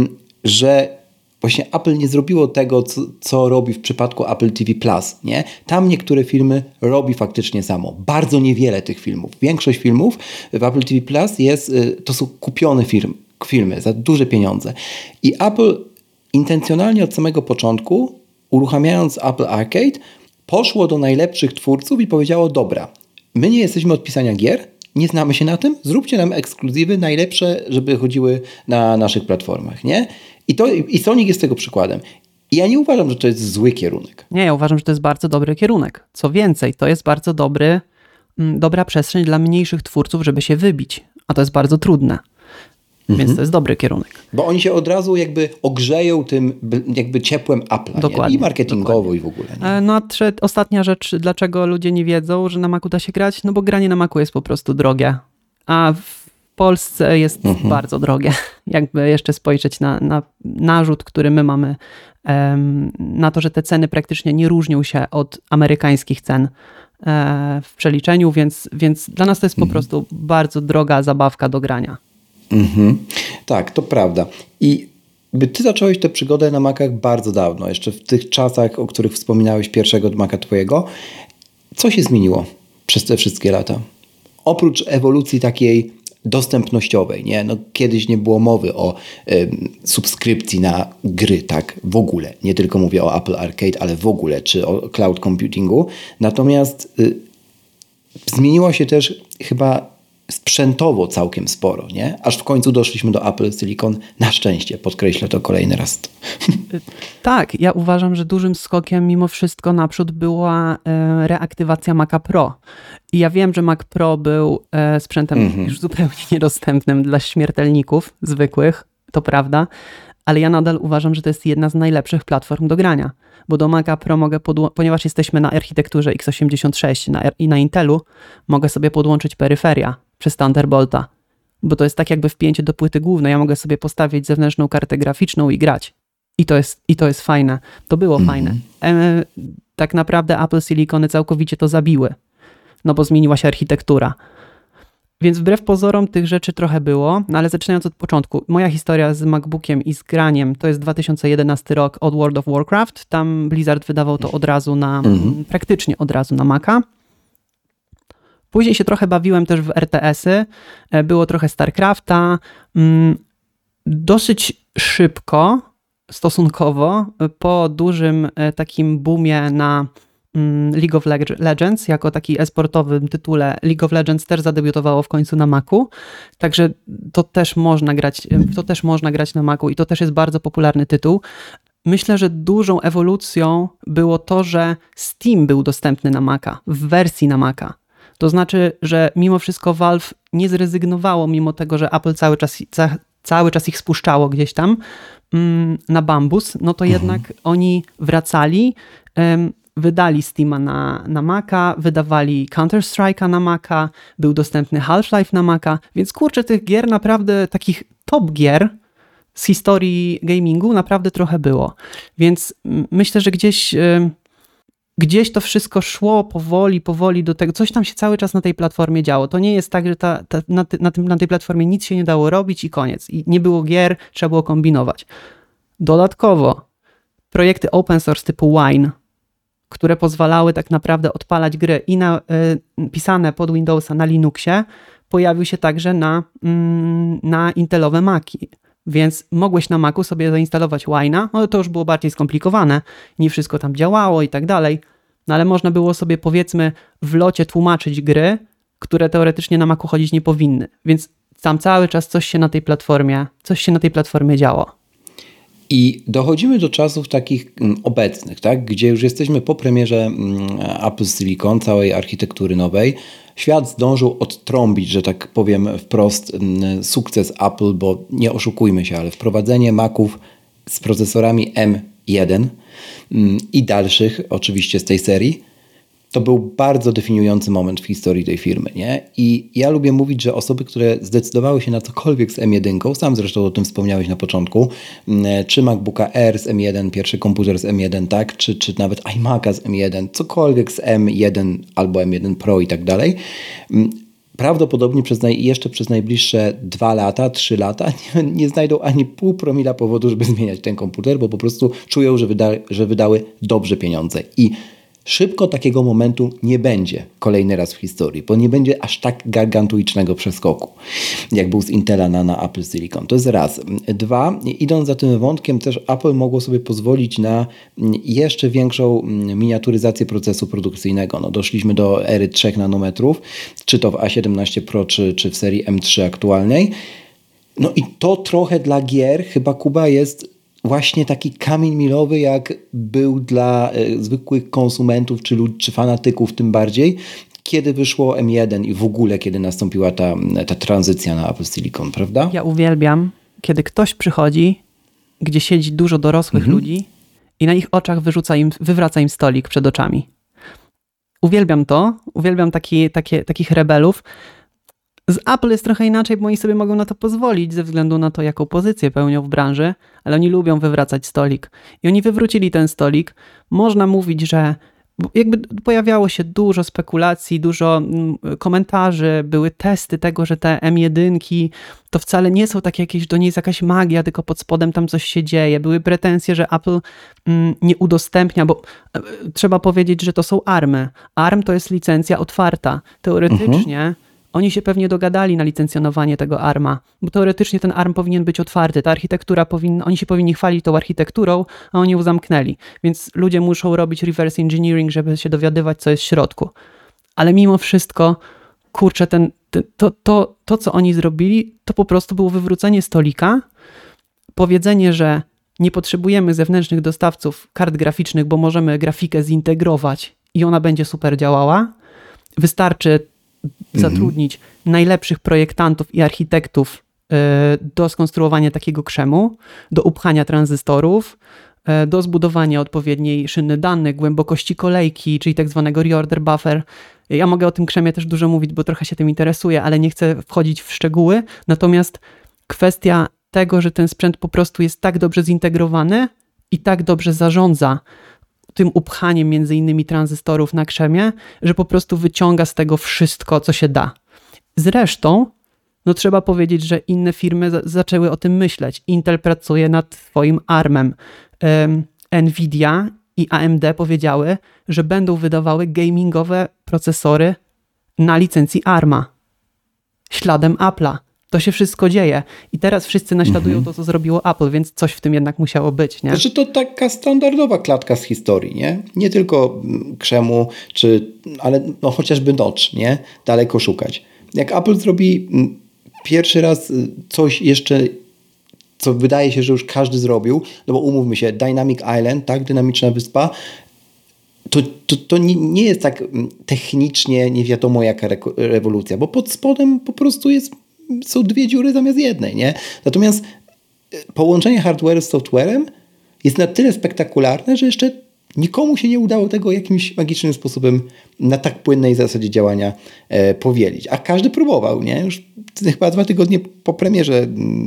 że właśnie Apple nie zrobiło tego, co robi w przypadku Apple TV+, nie? Tam niektóre filmy robi faktycznie samo. Bardzo niewiele tych filmów. Większość filmów w Apple TV+ to są kupione filmy za duże pieniądze. I Apple intencjonalnie od samego początku, uruchamiając Apple Arcade, poszło do najlepszych twórców i powiedziało, dobra, my nie jesteśmy od pisania gier, nie znamy się na tym, zróbcie nam ekskluzywy najlepsze, żeby chodziły na naszych platformach, nie? I Sonic jest tego przykładem. I ja nie uważam, że to jest zły kierunek. Nie, ja uważam, że to jest bardzo dobry kierunek. Co więcej, to jest bardzo dobra przestrzeń dla mniejszych twórców, żeby się wybić. A to jest bardzo trudne. Więc to jest dobry kierunek. Bo oni się od razu jakby ogrzeją tym jakby ciepłem Apple'a. Dokładnie. I marketingowo i w ogóle. Nie? No a ostatnia rzecz, dlaczego ludzie nie wiedzą, że na Macu da się grać? No bo granie na Macu jest po prostu drogie. A w Polsce jest bardzo drogie. Jakby jeszcze spojrzeć na narzut, który my mamy, na to, że te ceny praktycznie nie różnią się od amerykańskich cen w przeliczeniu, więc dla nas to jest po prostu bardzo droga zabawka do grania. Tak, to prawda. I ty zacząłeś tę przygodę na Macach bardzo dawno, jeszcze w tych czasach, o których wspominałeś, pierwszego Maca twojego. Co się zmieniło przez te wszystkie lata? Oprócz ewolucji takiej dostępnościowej, nie? No, kiedyś nie było mowy o subskrypcji na gry, tak? W ogóle. Nie tylko mówię o Apple Arcade, ale w ogóle, czy o cloud computingu. Natomiast zmieniło się też chyba sprzętowo całkiem sporo, nie? Aż w końcu doszliśmy do Apple Silicon. Na szczęście, podkreślę to kolejny raz. Tak, ja uważam, że dużym skokiem mimo wszystko naprzód była reaktywacja Maca Pro. I ja wiem, że Mac Pro był sprzętem już zupełnie niedostępnym dla śmiertelników zwykłych, to prawda, ale ja nadal uważam, że to jest jedna z najlepszych platform do grania, bo do Maca Pro mogę, ponieważ jesteśmy na architekturze x86 i na Intelu, mogę sobie podłączyć peryferia przez Thunderbolta, bo to jest tak jakby wpięcie do płyty głównej, ja mogę sobie postawić zewnętrzną kartę graficzną i grać. I to jest fajne. To było fajne. Tak naprawdę Apple Silicony całkowicie to zabiły, no bo zmieniła się architektura. Więc wbrew pozorom tych rzeczy trochę było, no ale zaczynając od początku. Moja historia z MacBookiem i z graniem to jest 2011 rok od World of Warcraft. Tam Blizzard wydawał to od razu praktycznie od razu na Maca. Później się trochę bawiłem też w RTS-y. Było trochę StarCrafta. Dosyć szybko, stosunkowo, po dużym takim boomie na League of Legends, jako taki e-sportowym tytule, League of Legends też zadebiutowało w końcu na Macu, także to też można grać na Macu i to też jest bardzo popularny tytuł. Myślę, że dużą ewolucją było to, że Steam był dostępny na Maca, w wersji na Maca. To znaczy, że mimo wszystko Valve nie zrezygnowało, mimo tego, że Apple cały czas ich spuszczało gdzieś tam na bambus, no to jednak oni wracali, wydali Steama na Maca, wydawali Counter-Strike'a na Maca, był dostępny Half-Life na Maca, więc kurczę, tych gier naprawdę, takich top gier z historii gamingu naprawdę trochę było. Więc myślę, że gdzieś to wszystko szło powoli do tego, coś tam się cały czas na tej platformie działo. To nie jest tak, że na tej platformie nic się nie dało robić i koniec. I nie było gier, trzeba było kombinować. Dodatkowo projekty open source typu Wine, które pozwalały tak naprawdę odpalać gry i pisane pod Windowsa na Linuxie, pojawił się także na intelowe Maci. Więc mogłeś na Macu sobie zainstalować Wine'a, no to już było bardziej skomplikowane, nie wszystko tam działało i tak dalej, no ale można było sobie powiedzmy w locie tłumaczyć gry, które teoretycznie na Macu chodzić nie powinny, więc tam cały czas coś się na tej platformie działo. I dochodzimy do czasów takich obecnych, tak? Gdzie już jesteśmy po premierze Apple Silicon, całej architektury nowej. Świat zdążył odtrąbić, że tak powiem wprost, sukces Apple, bo nie oszukujmy się, ale wprowadzenie Maców z procesorami M1 i dalszych oczywiście z tej serii, to był bardzo definiujący moment w historii tej firmy, nie? I ja lubię mówić, że osoby, które zdecydowały się na cokolwiek z M1, sam zresztą o tym wspomniałeś na początku, czy MacBooka Air z M1, pierwszy komputer z M1, tak? Czy nawet iMac'a z M1, cokolwiek z M1 albo M1 Pro i tak dalej, prawdopodobnie jeszcze przez najbliższe 2 lata, 3 lata nie znajdą ani pół promila powodu, żeby zmieniać ten komputer, bo po prostu czują, że wydały dobrze pieniądze. I szybko takiego momentu nie będzie kolejny raz w historii, bo nie będzie aż tak gargantuicznego przeskoku, jak był z Intela na Apple Silicon. To jest raz. 2, idąc za tym wątkiem, też Apple mogło sobie pozwolić na jeszcze większą miniaturyzację procesu produkcyjnego. No, doszliśmy do ery 3 nanometrów, czy to w A17 Pro, czy w serii M3 aktualnej. No i to trochę dla gier chyba, Kuba, jest właśnie taki kamień milowy, jak był dla zwykłych konsumentów czy fanatyków tym bardziej, kiedy wyszło M1 i w ogóle kiedy nastąpiła ta tranzycja na Apple Silicon, prawda? Ja uwielbiam, kiedy ktoś przychodzi, gdzie siedzi dużo dorosłych ludzi i na ich oczach wywraca im stolik przed oczami. Uwielbiam to, uwielbiam takich rebelów. Z Apple jest trochę inaczej, bo oni sobie mogą na to pozwolić ze względu na to, jaką pozycję pełnią w branży, ale oni lubią wywracać stolik. I oni wywrócili ten stolik. Można mówić, że jakby pojawiało się dużo spekulacji, dużo komentarzy, były testy tego, że te M1 to wcale nie są takie jakieś, to nie jest jakaś magia, tylko pod spodem tam coś się dzieje. Były pretensje, że Apple nie udostępnia, bo trzeba powiedzieć, że to są ARMy. ARM to jest licencja otwarta. Teoretycznie oni się pewnie dogadali na licencjonowanie tego ARMa, bo teoretycznie ten ARM powinien być otwarty, ta architektura oni się powinni chwalić tą architekturą, a oni ją zamknęli, więc ludzie muszą robić reverse engineering, żeby się dowiadywać, co jest w środku. Ale mimo wszystko, kurczę, to co oni zrobili, to po prostu było wywrócenie stolika, powiedzenie, że nie potrzebujemy zewnętrznych dostawców kart graficznych, bo możemy grafikę zintegrować i ona będzie super działała, wystarczy zatrudnić najlepszych projektantów i architektów do skonstruowania takiego krzemu, do upchania tranzystorów, do zbudowania odpowiedniej szyny danych, głębokości kolejki, czyli tak zwanego reorder buffer. Ja mogę o tym krzemie też dużo mówić, bo trochę się tym interesuję, ale nie chcę wchodzić w szczegóły. Natomiast kwestia tego, że ten sprzęt po prostu jest tak dobrze zintegrowany i tak dobrze zarządza tym upchaniem między innymi tranzystorów na krzemie, że po prostu wyciąga z tego wszystko, co się da. Zresztą, no trzeba powiedzieć, że inne firmy zaczęły o tym myśleć. Intel pracuje nad swoim ARM-em. Nvidia i AMD powiedziały, że będą wydawały gamingowe procesory na licencji ARMa. Śladem Apple'a. To się wszystko dzieje. I teraz wszyscy naśladują to, co zrobiło Apple, więc coś w tym jednak musiało być, nie? Znaczy to taka standardowa klatka z historii, nie? Nie tylko krzemu, ale no chociażby notch, nie? Daleko szukać. Jak Apple zrobi pierwszy raz coś jeszcze, co wydaje się, że już każdy zrobił, no bo umówmy się, Dynamic Island, tak? Dynamiczna wyspa, to nie jest tak technicznie nie wiadomo jaka rewolucja, bo pod spodem po prostu są 2 dziury zamiast jednej, nie? Natomiast połączenie hardware'u z software'em jest na tyle spektakularne, że jeszcze nikomu się nie udało tego jakimś magicznym sposobem na tak płynnej zasadzie działania powielić. A każdy próbował, nie? Już chyba 2 tygodnie po premierze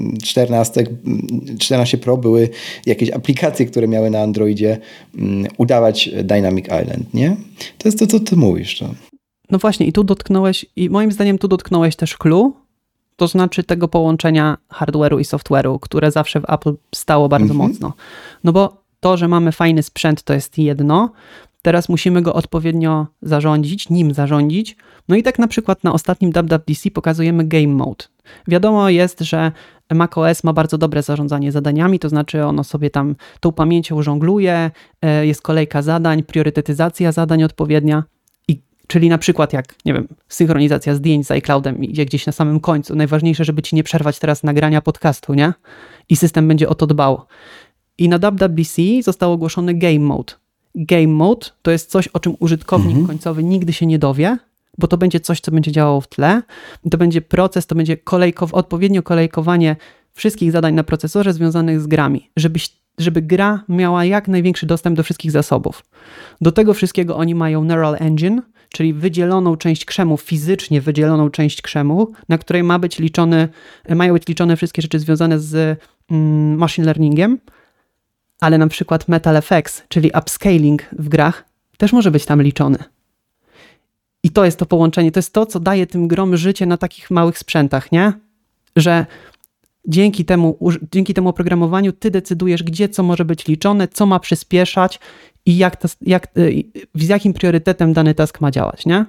14 Pro były jakieś aplikacje, które miały na Androidzie udawać Dynamic Island, nie? To jest to, co ty mówisz. To. No właśnie, i moim zdaniem tu dotknąłeś też clue, to znaczy tego połączenia hardware'u i software'u, które zawsze w Apple stało bardzo mocno. No bo to, że mamy fajny sprzęt, to jest jedno. Teraz musimy go odpowiednio nim zarządzić. No i tak na przykład na ostatnim WWDC pokazujemy Game Mode. Wiadomo jest, że macOS ma bardzo dobre zarządzanie zadaniami, to znaczy ono sobie tam tą pamięcią żongluje, jest kolejka zadań, priorytetyzacja zadań odpowiednia. Czyli na przykład jak, nie wiem, synchronizacja zdjęć z iCloudem idzie gdzieś na samym końcu. Najważniejsze, żeby ci nie przerwać teraz nagrania podcastu, nie? I system będzie o to dbał. I na WWDC został ogłoszony Game Mode. Game Mode to jest coś, o czym użytkownik końcowy nigdy się nie dowie, bo to będzie coś, co będzie działało w tle. To będzie proces, to będzie odpowiednio kolejkowanie wszystkich zadań na procesorze związanych z grami, żeby gra miała jak największy dostęp do wszystkich zasobów. Do tego wszystkiego oni mają Neural Engine, czyli wydzieloną część krzemu, fizycznie wydzieloną część krzemu, na której mają być liczone wszystkie rzeczy związane z machine learningiem, ale na przykład Metal Effects, czyli upscaling w grach, też może być tam liczony. I to jest to połączenie, to jest to, co daje tym grom życie na takich małych sprzętach, nie? Że dzięki temu oprogramowaniu ty decydujesz, gdzie co może być liczone, co ma przyspieszać i z jakim priorytetem dany task ma działać, nie?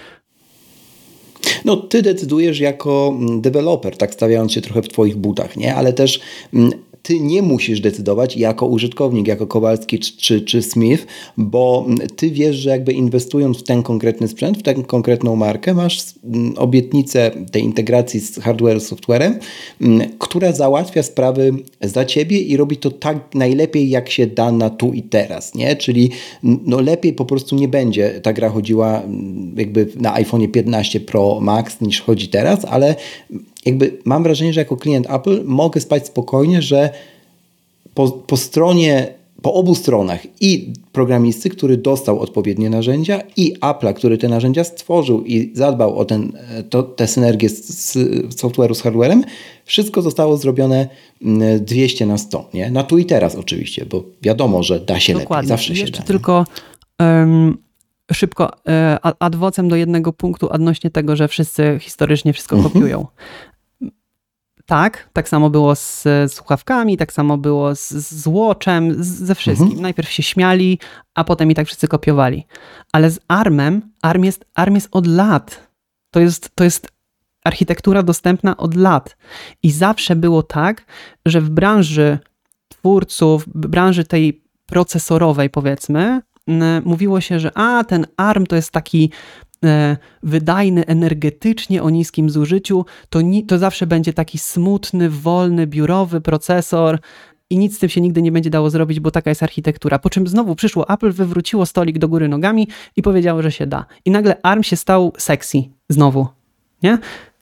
No ty decydujesz jako deweloper, tak stawiając się trochę w twoich butach, nie? Ale też ty nie musisz decydować jako użytkownik, jako Kowalski czy Smith, bo ty wiesz, że jakby inwestując w ten konkretny sprzęt, w tę konkretną markę, masz obietnicę tej integracji z hardware, softwarem, która załatwia sprawy za ciebie i robi to tak najlepiej, jak się da na tu i teraz, nie? Czyli no lepiej po prostu nie będzie ta gra chodziła jakby na iPhone 15 Pro Max niż chodzi teraz, ale jakby mam wrażenie, że jako klient Apple mogę spać spokojnie, że po obu stronach i programisty, który dostał odpowiednie narzędzia, i Apple'a, który te narzędzia stworzył i zadbał o tę synergię z software'u z hardware'em, wszystko zostało zrobione 200 na 100, nie? Na tu i teraz oczywiście, bo wiadomo, że da się Dokładnie. lepiej, zawsze się Jeszcze da. Tylko szybko ad vocem do jednego punktu odnośnie tego, że wszyscy historycznie wszystko kopiują. Tak samo było z słuchawkami, tak samo było z Watchem, ze wszystkim. Najpierw się śmiali, a potem i tak wszyscy kopiowali. Ale z ARM jest od lat. To jest architektura dostępna od lat. I zawsze było tak, że w branży twórców, w branży tej procesorowej powiedzmy, mówiło się, że ten ARM to jest taki wydajny energetycznie, o niskim zużyciu, to zawsze będzie taki smutny, wolny, biurowy procesor i nic z tym się nigdy nie będzie dało zrobić, bo taka jest architektura. Po czym znowu przyszło Apple, wywróciło stolik do góry nogami i powiedziało, że się da. I nagle ARM się stał sexy znowu. Nie?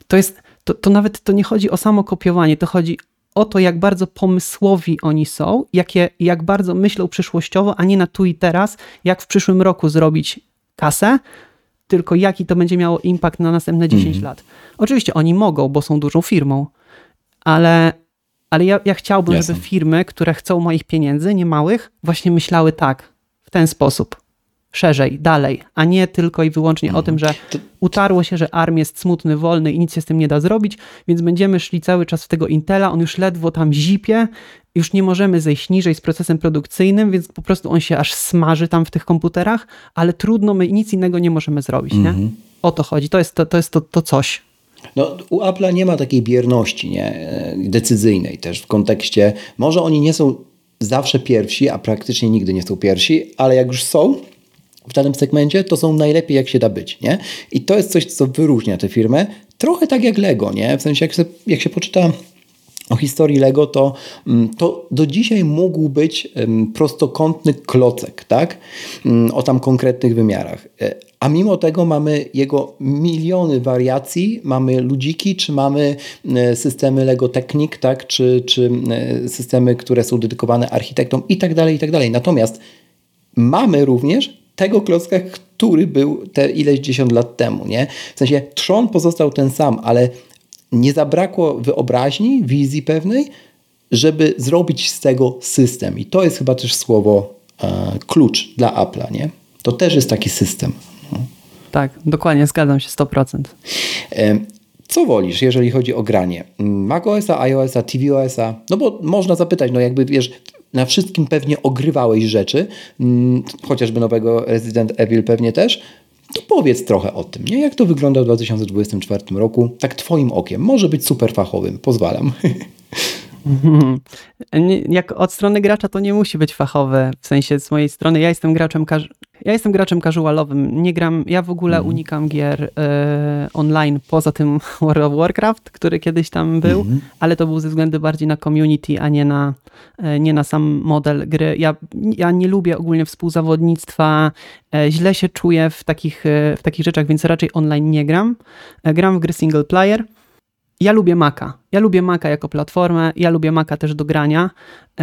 To nawet to nie chodzi o samo kopiowanie, to chodzi o to, jak bardzo pomysłowi oni są, jak bardzo myślą przyszłościowo, a nie na tu i teraz, jak w przyszłym roku zrobić kasę, tylko jaki to będzie miało impact na następne 10 lat. Oczywiście oni mogą, bo są dużą firmą, ale ja chciałbym, żeby firmy, które chcą moich pieniędzy, nie małych, właśnie myślały tak, w ten sposób, szerzej, dalej, a nie tylko i wyłącznie o tym, że utarło się, że ARM jest smutny, wolny i nic się z tym nie da zrobić, więc będziemy szli cały czas w tego Intela, on już ledwo tam zipie, już nie możemy zejść niżej z procesem produkcyjnym, więc po prostu on się aż smaży tam w tych komputerach, ale trudno, my nic innego nie możemy zrobić, nie? O to chodzi, to jest to coś. No, u Apple'a nie ma takiej bierności, nie? Decyzyjnej też w kontekście, może oni nie są zawsze pierwsi, a praktycznie nigdy nie są pierwsi, ale jak już są w danym segmencie, to są najlepiej jak się da być, nie? I to jest coś, co wyróżnia tę firmę, trochę tak jak Lego, nie? W sensie jak się poczyta o historii Lego, to do dzisiaj mógł być prostokątny klocek, tak? O tam konkretnych wymiarach. A mimo tego mamy jego miliony wariacji, mamy ludziki, czy mamy systemy Lego Technic, tak? Czy systemy, które są dedykowane architektom i tak dalej, i tak dalej. Natomiast mamy również tego klocka, który był te ileś 10 lat temu, nie? W sensie trzon pozostał ten sam, ale nie zabrakło wyobraźni, wizji pewnej, żeby zrobić z tego system. I to jest chyba też słowo klucz dla Apple'a, nie? To też jest taki system. No. Tak, dokładnie, zgadzam się 100%. Co wolisz, jeżeli chodzi o granie? macOSa, iOSa, tvOSa? No bo można zapytać, no jakby wiesz, na wszystkim pewnie ogrywałeś rzeczy, chociażby nowego Resident Evil pewnie też, to powiedz trochę o tym, nie? Jak to wygląda w 2024 roku, tak twoim okiem. Może być super fachowym, pozwalam. Jak od strony gracza to nie musi być fachowe, w sensie z mojej strony ja jestem graczem casualowym, nie gram, ja w ogóle unikam gier online poza tym World of Warcraft, który kiedyś tam był, ale to był ze względu bardziej na community, a nie na sam model gry. Ja nie lubię ogólnie współzawodnictwa, źle się czuję w takich rzeczach, więc raczej online nie gram. Gram w gry single player. Ja lubię Maca. Ja lubię Maca jako platformę, ja lubię Maca też do grania,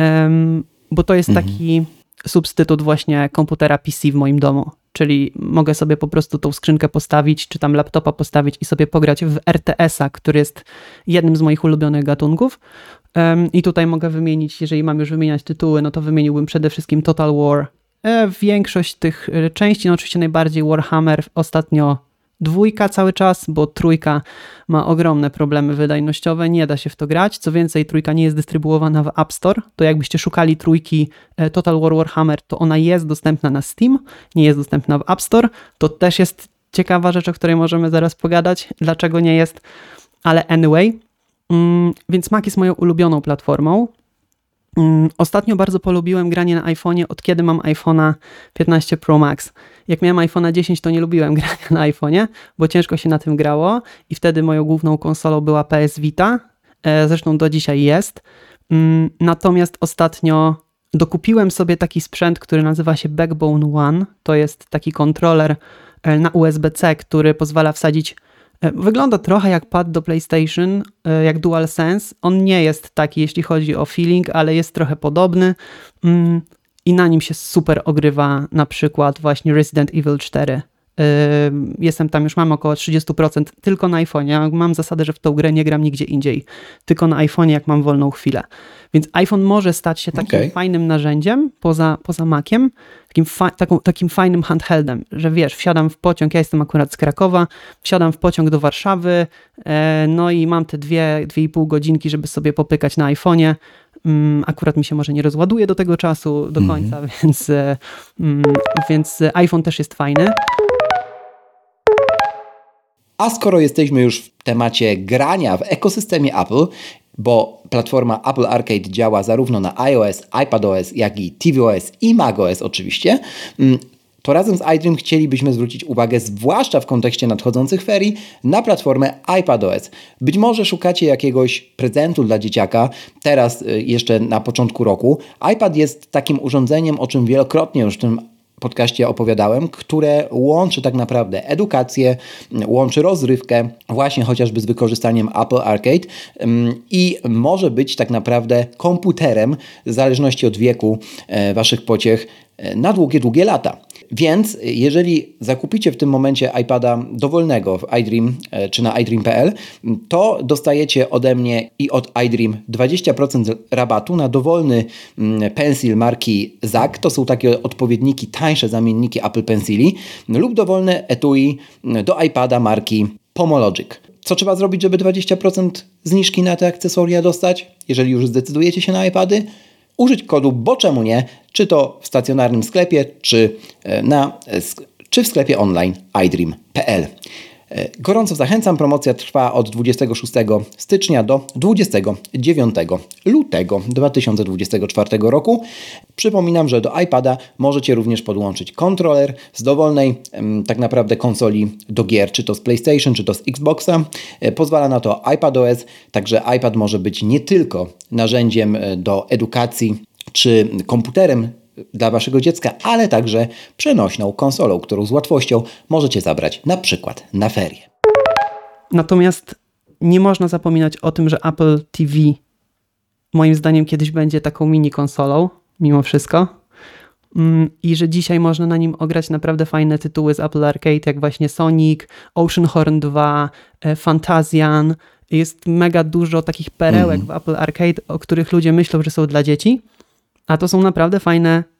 bo to jest taki substytut właśnie komputera PC w moim domu. Czyli mogę sobie po prostu tą skrzynkę postawić, czy tam laptopa postawić i sobie pograć w RTS-a, który jest jednym z moich ulubionych gatunków. I tutaj mogę wymienić, jeżeli mam już wymieniać tytuły, no to wymieniłbym przede wszystkim Total War. Większość tych części, no oczywiście najbardziej Warhammer, ostatnio 2 cały czas, bo 3 ma ogromne problemy wydajnościowe, nie da się w to grać. Co więcej, 3 nie jest dystrybuowana w App Store, to jakbyście szukali 3 Total War Warhammer, to ona jest dostępna na Steam, nie jest dostępna w App Store. To też jest ciekawa rzecz, o której możemy zaraz pogadać, dlaczego nie jest, ale anyway. Więc Mac jest moją ulubioną platformą. Ostatnio bardzo polubiłem granie na iPhone'ie, od kiedy mam iPhone'a 15 Pro Max. Jak miałem iPhone'a 10, to nie lubiłem grania na iPhone'ie, bo ciężko się na tym grało i wtedy moją główną konsolą była PS Vita, zresztą do dzisiaj jest. Natomiast ostatnio dokupiłem sobie taki sprzęt, który nazywa się Backbone One. To jest taki kontroler na USB-C, który pozwala wsadzić. Wygląda trochę jak pad do PlayStation, jak DualSense. On nie jest taki, jeśli chodzi o feeling, ale jest trochę podobny i na nim się super ogrywa na przykład właśnie Resident Evil 4. Jestem tam, już mam około 30% tylko na iPhone'ie. Mam zasadę, że w tą grę nie gram nigdzie indziej, tylko na iPhone'ie, jak mam wolną chwilę. Więc iPhone może stać się takim fajnym narzędziem poza Maciem, takim fajnym handheldem, że wiesz, wsiadam w pociąg, ja jestem akurat z Krakowa, wsiadam w pociąg do Warszawy, no i mam te 2,5 godzinki, żeby sobie popykać na iPhone'ie. Akurat mi się może nie rozładuje do tego czasu do końca, więc iPhone też jest fajny. A skoro jesteśmy już w temacie grania w ekosystemie Apple, bo platforma Apple Arcade działa zarówno na iOS, iPadOS, jak i tvOS i macOS oczywiście, to razem z iDream chcielibyśmy zwrócić uwagę, zwłaszcza w kontekście nadchodzących ferii, na platformę iPadOS. Być może szukacie jakiegoś prezentu dla dzieciaka, teraz jeszcze na początku roku. iPad jest takim urządzeniem, o czym wielokrotnie już w tym podcaście opowiadałem, które łączy tak naprawdę edukację, łączy rozrywkę właśnie chociażby z wykorzystaniem Apple Arcade i może być tak naprawdę komputerem w zależności od wieku waszych pociech na długie, długie lata. Więc jeżeli zakupicie w tym momencie iPada dowolnego w iDream czy na iDream.pl, to dostajecie ode mnie i od iDream 20% rabatu na dowolny pensil marki ZAG. To są takie odpowiedniki, tańsze zamienniki Apple Pencili lub dowolne etui do iPada marki Pomologic. Co trzeba zrobić, żeby 20% zniżki na te akcesoria dostać? Jeżeli już zdecydujecie się na iPady, użyć kodu, bo czemu nie, czy to w stacjonarnym sklepie, czy w sklepie online iDream.pl. Gorąco zachęcam, promocja trwa od 26 stycznia do 29 lutego 2024 roku. Przypominam, że do iPada możecie również podłączyć kontroler z dowolnej tak naprawdę konsoli do gier, czy to z PlayStation, czy to z Xboxa. Pozwala na to iPadOS, także iPad może być nie tylko narzędziem do edukacji, czy komputerem dla waszego dziecka, ale także przenośną konsolą, którą z łatwością możecie zabrać na przykład na ferie. Natomiast nie można zapominać o tym, że Apple TV moim zdaniem kiedyś będzie taką mini konsolą, mimo wszystko. I że dzisiaj można na nim ograć naprawdę fajne tytuły z Apple Arcade, jak właśnie Sonic, Oceanhorn 2, Fantasian. Jest mega dużo takich perełek w Apple Arcade, o których ludzie myślą, że są dla dzieci. A to są naprawdę fajne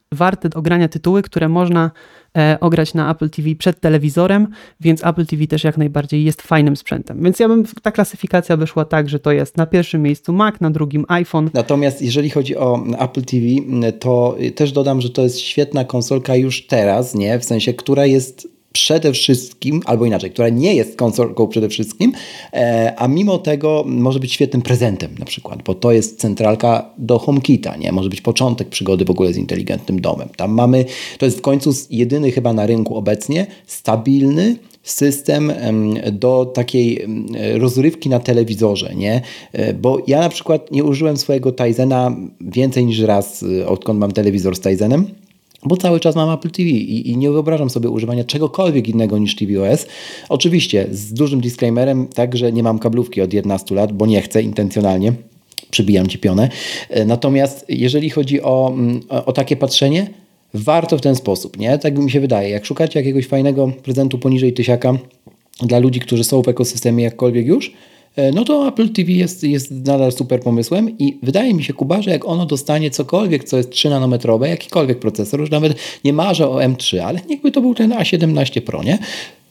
warte ogrania tytuły, które można ograć na Apple TV przed telewizorem, więc Apple TV też jak najbardziej jest fajnym sprzętem. Więc ta klasyfikacja wyszła tak, że to jest na pierwszym miejscu Mac, na drugim iPhone. Natomiast jeżeli chodzi o Apple TV, to też dodam, że to jest świetna konsolka już teraz, nie? W sensie, która jest przede wszystkim, albo inaczej, która nie jest konsolką przede wszystkim, a mimo tego może być świetnym prezentem na przykład, bo to jest centralka do HomeKita, nie? Może być początek przygody w ogóle z inteligentnym domem. Tam mamy, to jest w końcu jedyny chyba na rynku obecnie stabilny system do takiej rozrywki na telewizorze, nie? Bo ja na przykład nie użyłem swojego Tizena więcej niż raz, odkąd mam telewizor z Tizenem, bo cały czas mam Apple TV i nie wyobrażam sobie używania czegokolwiek innego niż tvOS. Oczywiście z dużym disclaimerem, tak, że nie mam kablówki od 11 lat, bo nie chcę intencjonalnie, przybijam ci pionę. Natomiast jeżeli chodzi o takie patrzenie, warto w ten sposób, nie? Tak mi się wydaje. Jak szukacie jakiegoś fajnego prezentu poniżej 1000 dla ludzi, którzy są w ekosystemie jakkolwiek już, no to Apple TV jest nadal super pomysłem i wydaje mi się, Kuba, że jak ono dostanie cokolwiek, co jest 3 nanometrowe, jakikolwiek procesor, już nawet nie marzę o M3, ale niechby to był ten A17 Pro, nie?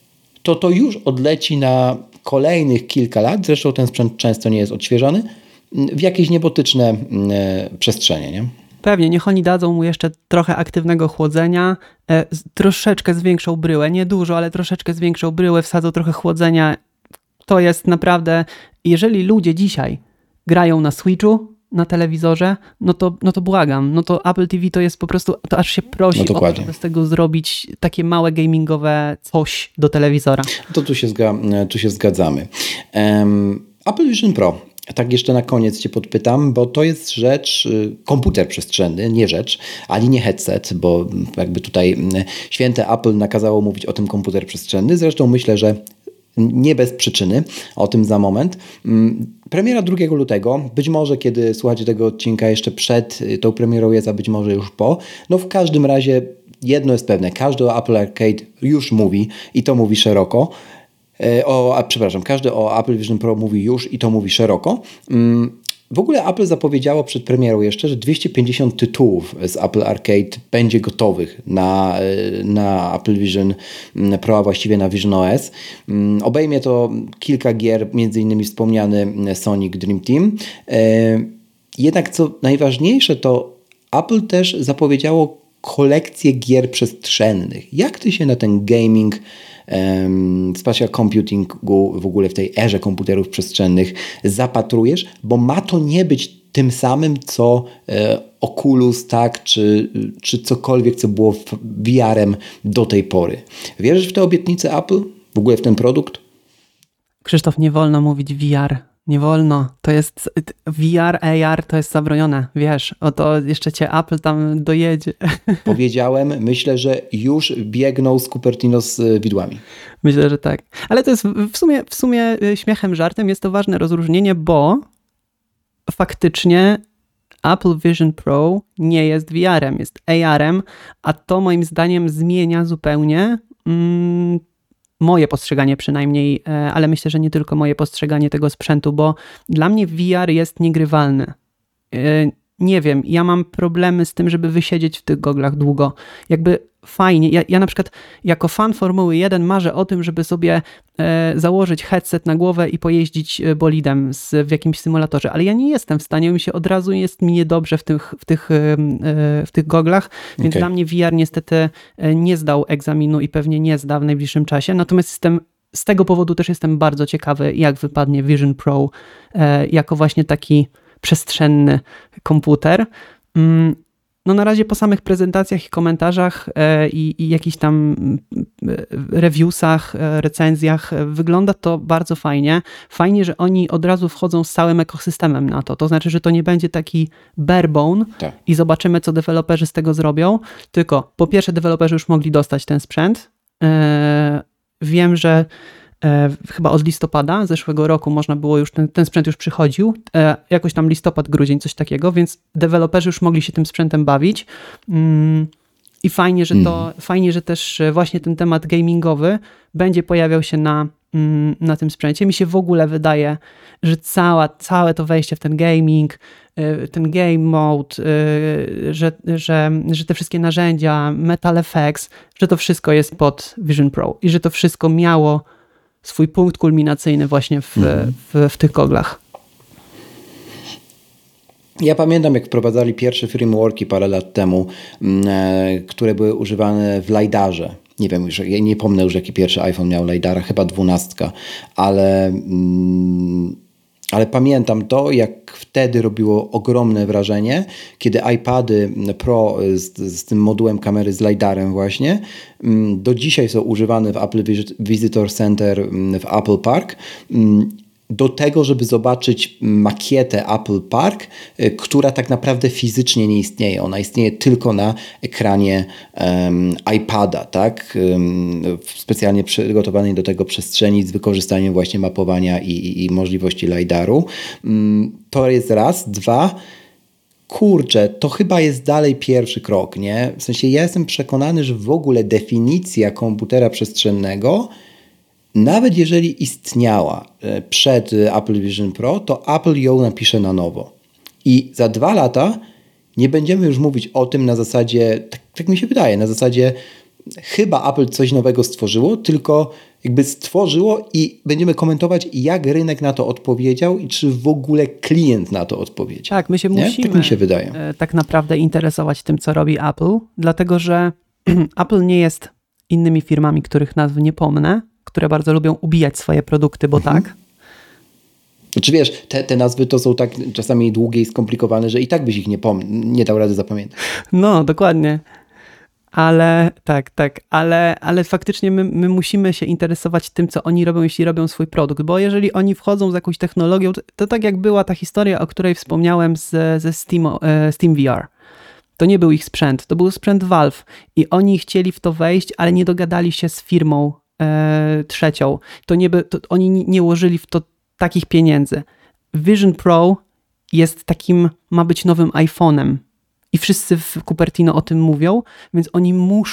To już odleci na kolejnych kilka lat, zresztą ten sprzęt często nie jest odświeżany, w jakieś niebotyczne przestrzenie, nie? Pewnie, niech oni dadzą mu jeszcze trochę aktywnego chłodzenia, troszeczkę zwiększą bryłę, nie dużo, ale troszeczkę zwiększą bryłę, wsadzą trochę chłodzenia. To jest naprawdę, jeżeli ludzie dzisiaj grają na Switchu, na telewizorze, no to błagam, no to Apple TV to jest po prostu, to aż się prosi o to, żeby z tego zrobić takie małe gamingowe coś do telewizora. To tu się zgadzamy. Apple Vision Pro. Tak jeszcze na koniec cię podpytam, bo to jest rzecz, komputer przestrzenny, nie rzecz, ani nie headset, bo jakby tutaj święte Apple nakazało mówić o tym komputer przestrzenny. Zresztą myślę, że nie bez przyczyny, o tym za moment. Premiera 2 lutego, być może kiedy słuchacie tego odcinka jeszcze przed tą premierą jest, a być może już po. No w każdym razie jedno jest pewne, każdy o Apple Arcade już mówi i to mówi szeroko. Każdy o Apple Vision Pro mówi już i to mówi szeroko. W ogóle Apple zapowiedziało przed premierą jeszcze, że 250 tytułów z Apple Arcade będzie gotowych na Apple Vision Pro, a właściwie na Vision OS. Obejmie to kilka gier, m.in. wspomniany Sonic Dream Team. Jednak co najważniejsze, to Apple też zapowiedziało kolekcję gier przestrzennych. Jak ty się na ten gaming, spatial computingu, w ogóle w tej erze komputerów przestrzennych zapatrujesz? Bo ma to nie być tym samym, co Oculus, tak, czy cokolwiek, co było VR-em do tej pory. Wierzysz w te obietnice Apple? W ogóle w ten produkt? Krzysztof, nie wolno mówić VR. Nie wolno. To jest VR, AR to jest zabronione. Wiesz, oto jeszcze cię Apple tam dojedzie. Powiedziałem, myślę, że już biegną z Cupertino z widłami. Myślę, że tak. Ale to jest w sumie śmiechem, żartem jest to ważne rozróżnienie, bo faktycznie Apple Vision Pro nie jest VR-em, jest AR-em, a to moim zdaniem zmienia zupełnie moje postrzeganie przynajmniej, ale myślę, że nie tylko moje postrzeganie tego sprzętu, bo dla mnie VR jest niegrywalny. Nie wiem, ja mam problemy z tym, żeby wysiedzieć w tych goglach długo. Jakby fajnie, ja na przykład jako fan Formuły 1 marzę o tym, żeby sobie założyć headset na głowę i pojeździć bolidem w jakimś symulatorze, ale ja nie jestem w stanie, mi się od razu jest mi niedobrze w tych goglach, więc dla mnie VR niestety nie zdał egzaminu i pewnie nie zda w najbliższym czasie, natomiast z tego powodu też jestem bardzo ciekawy, jak wypadnie Vision Pro jako właśnie taki przestrzenny komputer. No na razie po samych prezentacjach i komentarzach i jakichś tam reviewsach, recenzjach wygląda to bardzo fajnie. Fajnie, że oni od razu wchodzą z całym ekosystemem na to. To znaczy, że to nie będzie taki barebone i zobaczymy, co deweloperzy z tego zrobią. Tylko po pierwsze deweloperzy już mogli dostać ten sprzęt. Wiem, że chyba od listopada zeszłego roku można było już, ten sprzęt już przychodził, jakoś tam listopad, grudzień, coś takiego, więc deweloperzy już mogli się tym sprzętem bawić i fajnie, że też właśnie ten temat gamingowy będzie pojawiał się na na tym sprzęcie. Mi się w ogóle wydaje, że całe to wejście w ten gaming, ten game mode, że te wszystkie narzędzia, Metal Effects, że to wszystko jest pod Vision Pro i że to wszystko miało swój punkt kulminacyjny właśnie w tych goglach. Ja pamiętam, jak wprowadzali pierwsze frameworki parę lat temu, które były używane w LiDARze. Nie wiem, ja nie pomnę już, jaki pierwszy iPhone miał LiDARa, chyba 12, ale pamiętam to, jak wtedy robiło ogromne wrażenie, kiedy iPady Pro z tym modułem kamery z LiDARem właśnie do dzisiaj są używane w Apple Visitor Center w Apple Park, do tego, żeby zobaczyć makietę Apple Park, która tak naprawdę fizycznie nie istnieje. Ona istnieje tylko na ekranie iPada, tak? Specjalnie przygotowanej do tego przestrzeni z wykorzystaniem właśnie mapowania i możliwości LiDAR-u. To jest raz. Dwa, kurczę, to chyba jest dalej pierwszy krok, nie? W sensie ja jestem przekonany, że w ogóle definicja komputera przestrzennego, nawet jeżeli istniała przed Apple Vision Pro, to Apple ją napisze na nowo. I za 2 lata nie będziemy już mówić o tym na zasadzie, tak mi się wydaje, na zasadzie chyba Apple coś nowego stworzyło, tylko jakby stworzyło i będziemy komentować, jak rynek na to odpowiedział i czy w ogóle klient na to odpowiedział. Tak, my się musimy tak mi się wydaje. Tak naprawdę interesować tym, co robi Apple, dlatego że Apple nie jest innymi firmami, których nazw nie pomnę, które bardzo lubią ubijać swoje produkty, bo tak. Czy wiesz, te nazwy to są tak czasami długie i skomplikowane, że i tak byś ich nie dał rady zapamiętać. No, dokładnie. Ale ale faktycznie my musimy się interesować tym, co oni robią, jeśli robią swój produkt, bo jeżeli oni wchodzą z jakąś technologią, to tak jak była ta historia, o której wspomniałem ze Steam VR. To nie był ich sprzęt, to był sprzęt Valve i oni chcieli w to wejść, ale nie dogadali się z firmą trzecią. Oni nie łożyli w to takich pieniędzy. Vision Pro jest takim, ma być nowym iPhone'em i wszyscy w Cupertino o tym mówią, więc oni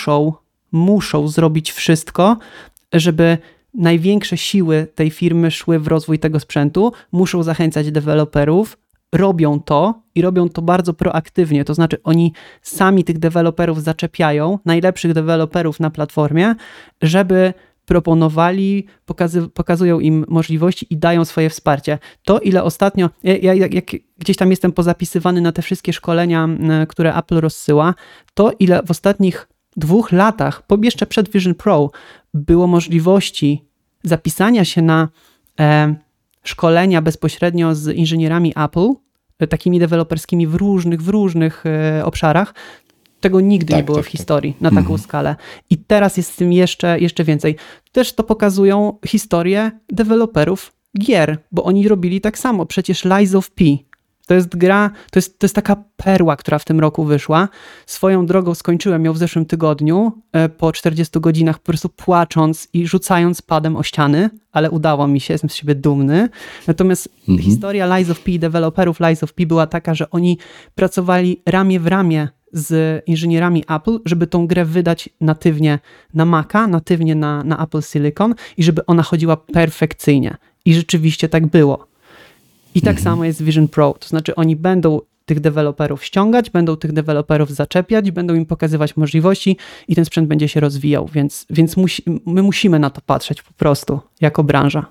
muszą zrobić wszystko, żeby największe siły tej firmy szły w rozwój tego sprzętu, muszą zachęcać deweloperów, robią to i robią to bardzo proaktywnie, to znaczy oni sami tych deweloperów zaczepiają, najlepszych deweloperów na platformie, żeby proponowali, pokazują im możliwości i dają swoje wsparcie. To, ile ostatnio, jak gdzieś tam jestem pozapisywany na te wszystkie szkolenia, które Apple rozsyła, to ile w ostatnich 2 latach, jeszcze przed Vision Pro, było możliwości zapisania się na szkolenia bezpośrednio z inżynierami Apple, takimi deweloperskimi w różnych obszarach. Tego nigdy nie było w historii na taką skalę. I teraz jest z tym jeszcze więcej. Też to pokazują historie deweloperów gier, bo oni robili tak samo. Przecież Lies of P. To jest gra, to jest taka perła, która w tym roku wyszła. Swoją drogą skończyłem ją w zeszłym tygodniu, po 40 godzinach po prostu płacząc i rzucając padem o ściany, ale udało mi się, jestem z siebie dumny. Natomiast historia Lies of P, deweloperów Lies of P była taka, że oni pracowali ramię w ramię z inżynierami Apple, żeby tą grę wydać natywnie na Maca, natywnie na Apple Silicon i żeby ona chodziła perfekcyjnie. I rzeczywiście tak było. I tak samo jest z Vision Pro, to znaczy oni będą tych deweloperów ściągać, będą tych deweloperów zaczepiać, będą im pokazywać możliwości i ten sprzęt będzie się rozwijał, więc my musimy na to patrzeć po prostu, jako branża.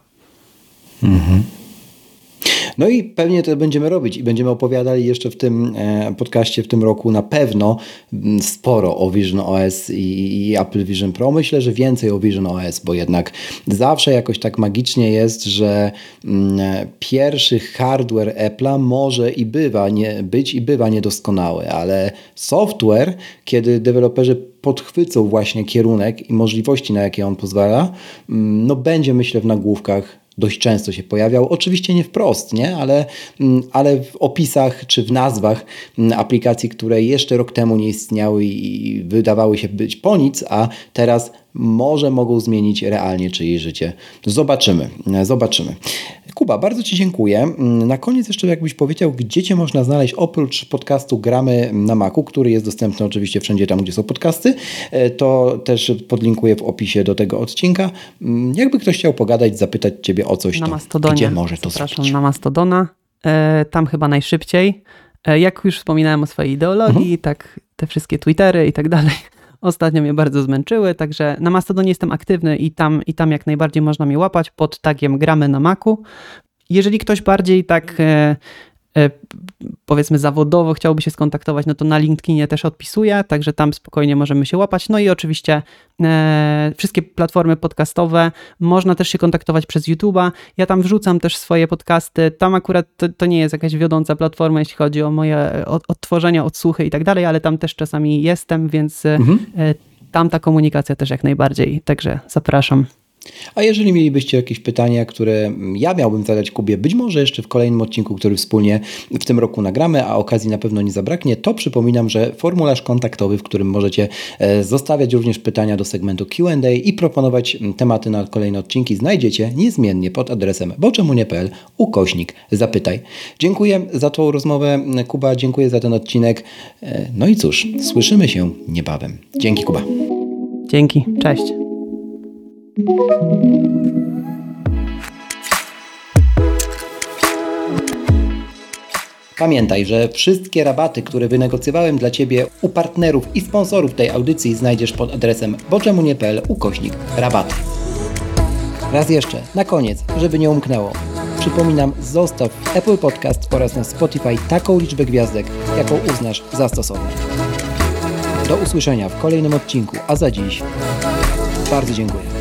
No i pewnie to będziemy robić i będziemy opowiadali jeszcze w tym podcaście w tym roku na pewno sporo o Vision OS i Apple Vision Pro. Myślę, że więcej o Vision OS, bo jednak zawsze jakoś tak magicznie jest, że pierwszy hardware Apple'a może i bywa niedoskonały, ale software, kiedy deweloperzy podchwycą właśnie kierunek i możliwości, na jakie on pozwala, no będzie, myślę, w nagłówkach dość często się pojawiał. Oczywiście nie wprost, nie? Ale w opisach czy w nazwach aplikacji, które jeszcze rok temu nie istniały i wydawały się być po nic, a teraz może mogą zmienić realnie czyjeś życie. Zobaczymy. Kuba, bardzo Ci dziękuję. Na koniec jeszcze jakbyś powiedział, gdzie Cię można znaleźć oprócz podcastu Gramy na Macu, który jest dostępny oczywiście wszędzie tam, gdzie są podcasty. To też podlinkuję w opisie do tego odcinka. Jakby ktoś chciał pogadać, zapytać Ciebie o coś, na to Mastodonie. gdzie może to Zapraszam zrobić? na Mastodona. Tam chyba najszybciej. Jak już wspominałem o swojej ideologii, tak te wszystkie Twittery i tak dalej ostatnio mnie bardzo zmęczyły, także na Mastodonie jestem aktywny i tam jak najbardziej można mnie łapać pod tagiem Gramy na Macu. Jeżeli ktoś bardziej tak powiedzmy zawodowo chciałby się skontaktować, no to na LinkedInie też odpisuję, także tam spokojnie możemy się łapać. No i oczywiście wszystkie platformy podcastowe, można też się kontaktować przez YouTube'a. Ja tam wrzucam też swoje podcasty. Tam akurat to nie jest jakaś wiodąca platforma, jeśli chodzi o moje odtworzenia, odsłuchy i tak dalej, ale tam też czasami jestem, więc tam ta komunikacja też jak najbardziej, także zapraszam. A jeżeli mielibyście jakieś pytania, które ja miałbym zadać Kubie, być może jeszcze w kolejnym odcinku, który wspólnie w tym roku nagramy, a okazji na pewno nie zabraknie, to przypominam, że formularz kontaktowy, w którym możecie zostawiać również pytania do segmentu Q&A i proponować tematy na kolejne odcinki, znajdziecie niezmiennie pod adresem boczemunie.pl/zapytaj. Dziękuję za tą rozmowę, Kuba, dziękuję za ten odcinek. No i cóż, słyszymy się niebawem. Dzięki, Kuba. Dzięki, cześć. Pamiętaj, że wszystkie rabaty, które wynegocjowałem dla Ciebie u partnerów i sponsorów tej audycji znajdziesz pod adresem boczemunie.pl/rabaty. Raz jeszcze, na koniec, żeby nie umknęło. Przypominam, zostaw w Apple Podcast oraz na Spotify taką liczbę gwiazdek, jaką uznasz za stosowną. Do usłyszenia w kolejnym odcinku, a za dziś bardzo dziękuję.